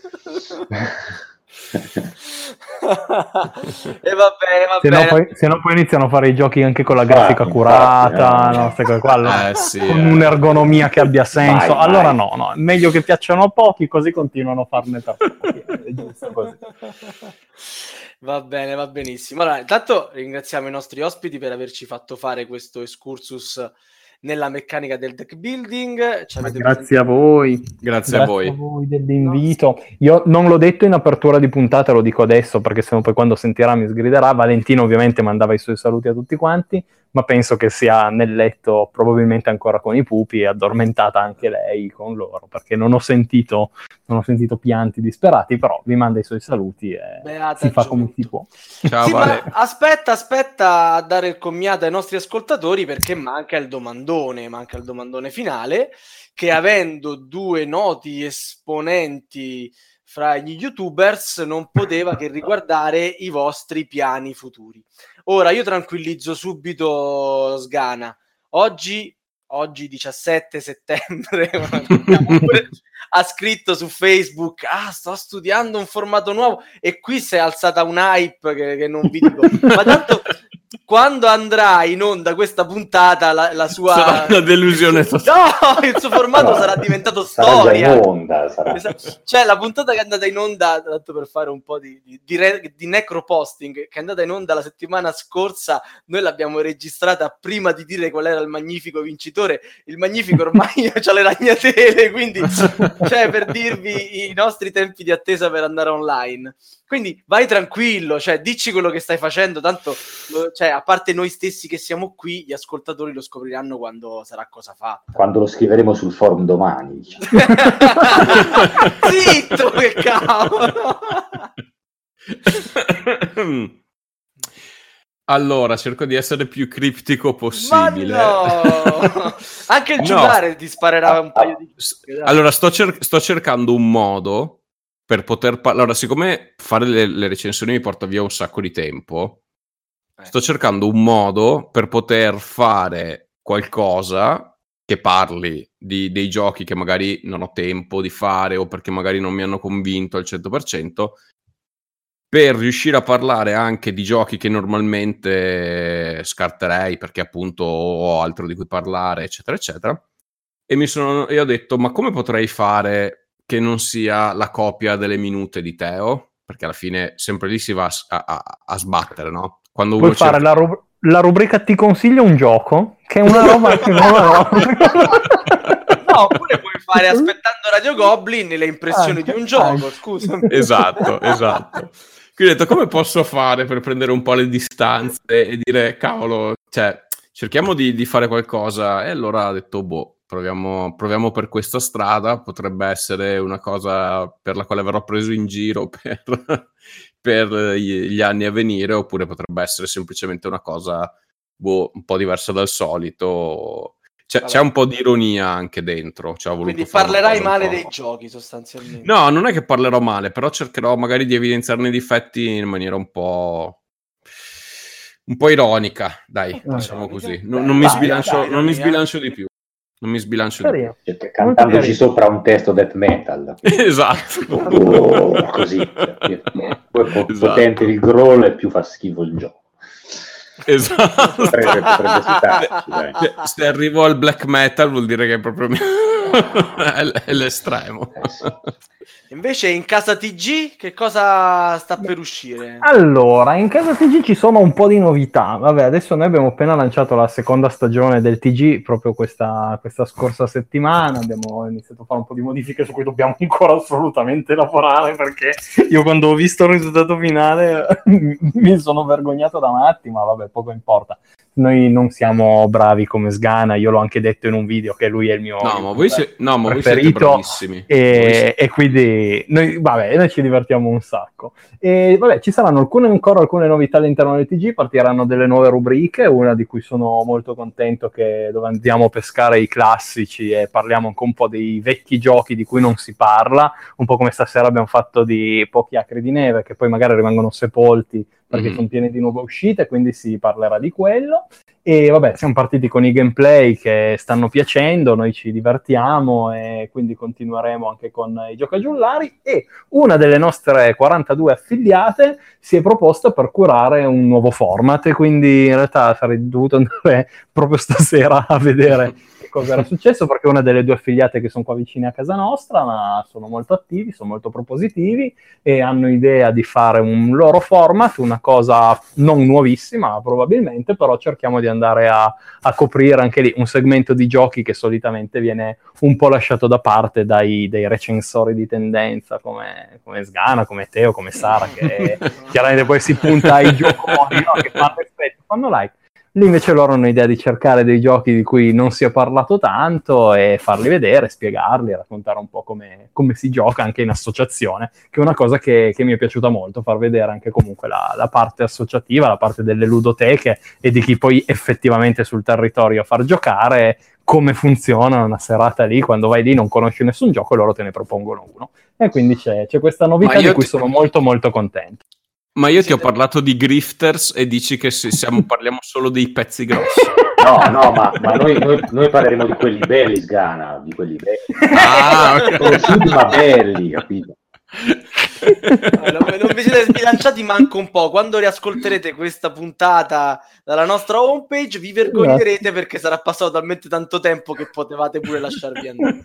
B: E va bene.
C: Se no poi iniziano a fare i giochi anche con la grafica curata, no, queste cose qua, con un'ergonomia che abbia senso.
E: Vai.
C: Allora no, è meglio che piacciono a pochi, così continuano a farne per pochi. È giusto così.
B: Va bene, va benissimo. Allora, intanto ringraziamo i nostri ospiti per averci fatto fare questo excursus nella meccanica del deck building.
C: Grazie a voi.
D: Grazie a voi
C: dell'invito. Io non l'ho detto in apertura di puntata, lo dico adesso perché sennò poi quando sentirà mi sgriderà. Valentino ovviamente mandava i suoi saluti a tutti quanti, ma penso che sia nel letto probabilmente ancora con i pupi e addormentata anche lei con loro, perché non ho sentito pianti disperati, però vi manda i suoi saluti e si fa come si può.
D: Ciao,
B: sì,
D: Vale.
B: ma aspetta a dare il commiato ai nostri ascoltatori, perché manca il domandone finale, che avendo due noti esponenti fra gli youtubers non poteva che riguardare i vostri piani futuri. Ora io tranquillizzo subito Sgana. Oggi 17 settembre ha scritto su Facebook: sto studiando un formato nuovo, e qui si è alzata un hype che non vi dico. Ma tanto quando andrà in onda questa puntata la sua
D: sarà una delusione totale.
B: No, il suo formato sarà diventato storia.
E: Sarà già in onda, sarà.
B: Cioè la puntata che è andata in onda, tanto per fare un po' di necroposting, che è andata in onda la settimana scorsa, noi l'abbiamo registrata prima di dire qual era il magnifico vincitore. Il magnifico ormai c'ha le ragnatele, quindi cioè, per dirvi i nostri tempi di attesa per andare online. Quindi vai tranquillo, cioè dici quello che stai facendo, tanto cioè, a parte noi stessi che siamo qui, gli ascoltatori lo scopriranno quando sarà cosa fatta.
E: Quando lo scriveremo sul forum domani.
B: Zitto, che cavolo!
D: Allora, cerco di essere più criptico possibile.
B: Ma no! Anche il giocare ti sparerà un paio di...
D: Allora, sto cercando un modo per poter allora, siccome fare le recensioni mi porta via un sacco di tempo, sto cercando un modo per poter fare qualcosa che parli dei giochi che magari non ho tempo di fare o perché magari non mi hanno convinto al 100%, per riuscire a parlare anche di giochi che normalmente scarterei perché appunto ho altro di cui parlare, eccetera, eccetera. E ho detto, ma come potrei fare che non sia la copia delle minute di Teo? Perché alla fine sempre lì si va a sbattere, no? Quando
C: puoi
D: uno
C: fare la rubrica ti consiglio un gioco, che è una roba che non ho.
B: No, oppure puoi fare aspettando Radio Goblin le impressioni di un gioco, scusami.
D: Esatto. Quindi ho detto, come posso fare per prendere un po' le distanze e dire, cavolo, cioè, cerchiamo di fare qualcosa. E allora ho detto, proviamo per questa strada, potrebbe essere una cosa per la quale verrò preso in giro per gli anni a venire, oppure potrebbe essere semplicemente una cosa un po' diversa dal solito. C'è un po' di ironia anche dentro.
B: Quindi parlerai male dei giochi sostanzialmente.
D: No, non è che parlerò male, però cercherò magari di evidenziarne i difetti in maniera un po' ironica, dai, diciamo così. Non mi sbilancio di più. Non mi sbilancio di più.
E: Cioè, cantandoci sopra un testo death metal.
D: Esatto.
E: Così. Potente il growl e più fa schifo il gioco.
D: Esatto.
E: Potrebbe citarci, dai.
D: Se arrivo al black metal vuol dire che è proprio è l'estremo.
B: Invece in casa TG che cosa sta per uscire?
C: Allora, in casa TG ci sono un po' di novità. Vabbè, adesso noi abbiamo appena lanciato la seconda stagione del TG proprio questa scorsa settimana. Abbiamo iniziato a fare un po' di modifiche su cui dobbiamo ancora assolutamente lavorare, perché io quando ho visto il risultato finale mi sono vergognato da matti, ma vabbè, poco importa. Noi non siamo bravi come Sgana, io l'ho anche detto in un video che lui è il mio
D: voi siete bravissimi.
C: E quindi noi ci divertiamo un sacco. E vabbè, ci saranno ancora alcune novità all'interno del TG, partiranno delle nuove rubriche, una di cui sono molto contento, dove andiamo a pescare i classici e parliamo anche un po' dei vecchi giochi di cui non si parla, un po' come stasera abbiamo fatto di Pochi acri di neve, che poi magari rimangono sepolti perché sono pieni di nuove uscite, quindi si parlerà di quello. E vabbè, siamo partiti con i gameplay che stanno piacendo, noi ci divertiamo e quindi continueremo anche con i giocagiullari, e una delle nostre 42 affiliate si è proposta per curare un nuovo format, e quindi in realtà sarei dovuto andare proprio stasera a vedere che cosa era successo, perché una delle 2 affiliate che sono qua vicine a casa nostra, ma sono molto attivi, sono molto propositivi e hanno idea di fare un loro format, una cosa non nuovissima probabilmente, però cerchiamo di andare a coprire anche lì un segmento di giochi che solitamente viene un po' lasciato da parte dai recensori di tendenza come Sgana, come Teo, come Sara, che chiaramente poi si punta ai gioconi, no? Che fanno effetto, fanno like. Lì invece loro hanno idea di cercare dei giochi di cui non si è parlato tanto e farli vedere, spiegarli, raccontare un po' come si gioca anche in associazione, che è una cosa che mi è piaciuta molto, far vedere anche comunque la parte associativa, la parte delle ludoteche e di chi poi effettivamente sul territorio far giocare, come funziona una serata lì, quando vai lì non conosci nessun gioco e loro te ne propongono uno. E quindi c'è questa novità di cui sono molto molto contento.
D: Ma io ti ho parlato di grifters e dici che parliamo solo dei pezzi grossi.
E: No, ma noi parleremo di quelli belli, Sgana, di quelli belli.
D: Okay.
E: Conosciuti ma belli, capito?
B: Non vi siete sbilanciati manco un po'. Quando riascolterete questa puntata dalla nostra homepage vi vergognerete, perché sarà passato talmente tanto tempo che potevate pure lasciarvi andare.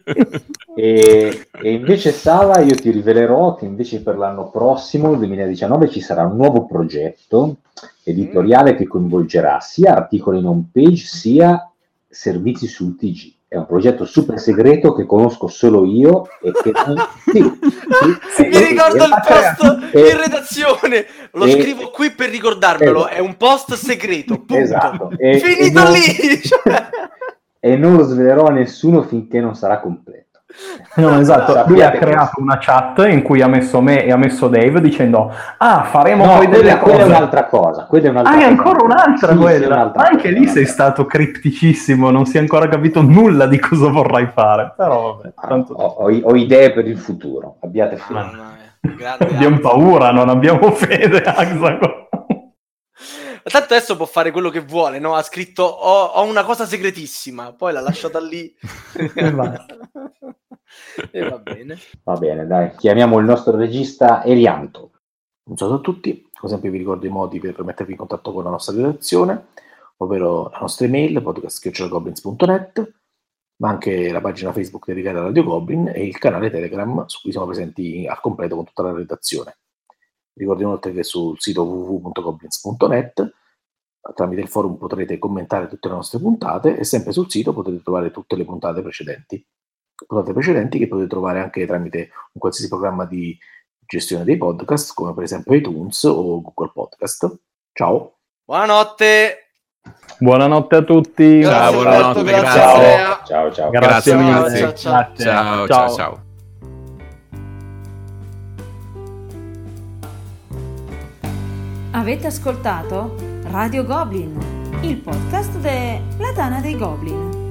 E: E invece Sala, io ti rivelerò che invece per l'anno prossimo, il 2019, ci sarà un nuovo progetto editoriale che coinvolgerà sia articoli in homepage sia servizi sul TG. È un progetto super segreto che conosco solo io e che
B: mi ricordo il post in redazione, lo scrivo qui per ricordarmelo, è un post segreto, punto.
E: Esatto.
B: Finito lì.
E: E non lo svelerò a nessuno finché non sarà completo.
C: No, esatto, lui ha creato una chat in cui ha messo me e ha messo Dave dicendo faremo poi delle cose.
E: Quella è un'altra cosa. È
C: ancora un'altra quella.
E: Un'altra
C: anche
E: cosa,
C: lì sei stato cripticissimo, non si è ancora capito nulla di cosa vorrai fare, però vabbè. Tanto...
E: Ho idee per il futuro, abbiate fede.
C: Abbiamo paura, non abbiamo fede.
B: Tanto adesso può fare quello che vuole, no? Ha scritto ho una cosa segretissima, poi l'ha lasciata lì e va bene.
E: Va bene, dai, chiamiamo il nostro regista Elianto.
F: Un saluto a tutti, come sempre vi ricordo i modi per mettervi in contatto con la nostra redazione, ovvero la nostra email podcast@goblins.net, ma anche la pagina Facebook dedicata a Radio Goblin e il canale Telegram su cui siamo presenti al completo con tutta la redazione. Ricordo inoltre che sul sito www.goblins.net tramite il forum potrete commentare tutte le nostre puntate e sempre sul sito potete trovare tutte le puntate precedenti che potete trovare anche tramite un qualsiasi programma di gestione dei podcast come per esempio iTunes o Google Podcast. Ciao.
B: Buonanotte
C: a tutti.
B: Ciao,
D: buonanotte,
B: grazie.
E: Ciao.
C: Grazie mille.
D: Ciao.
A: Avete ascoltato Radio Goblin, il podcast della Tana dei Goblin.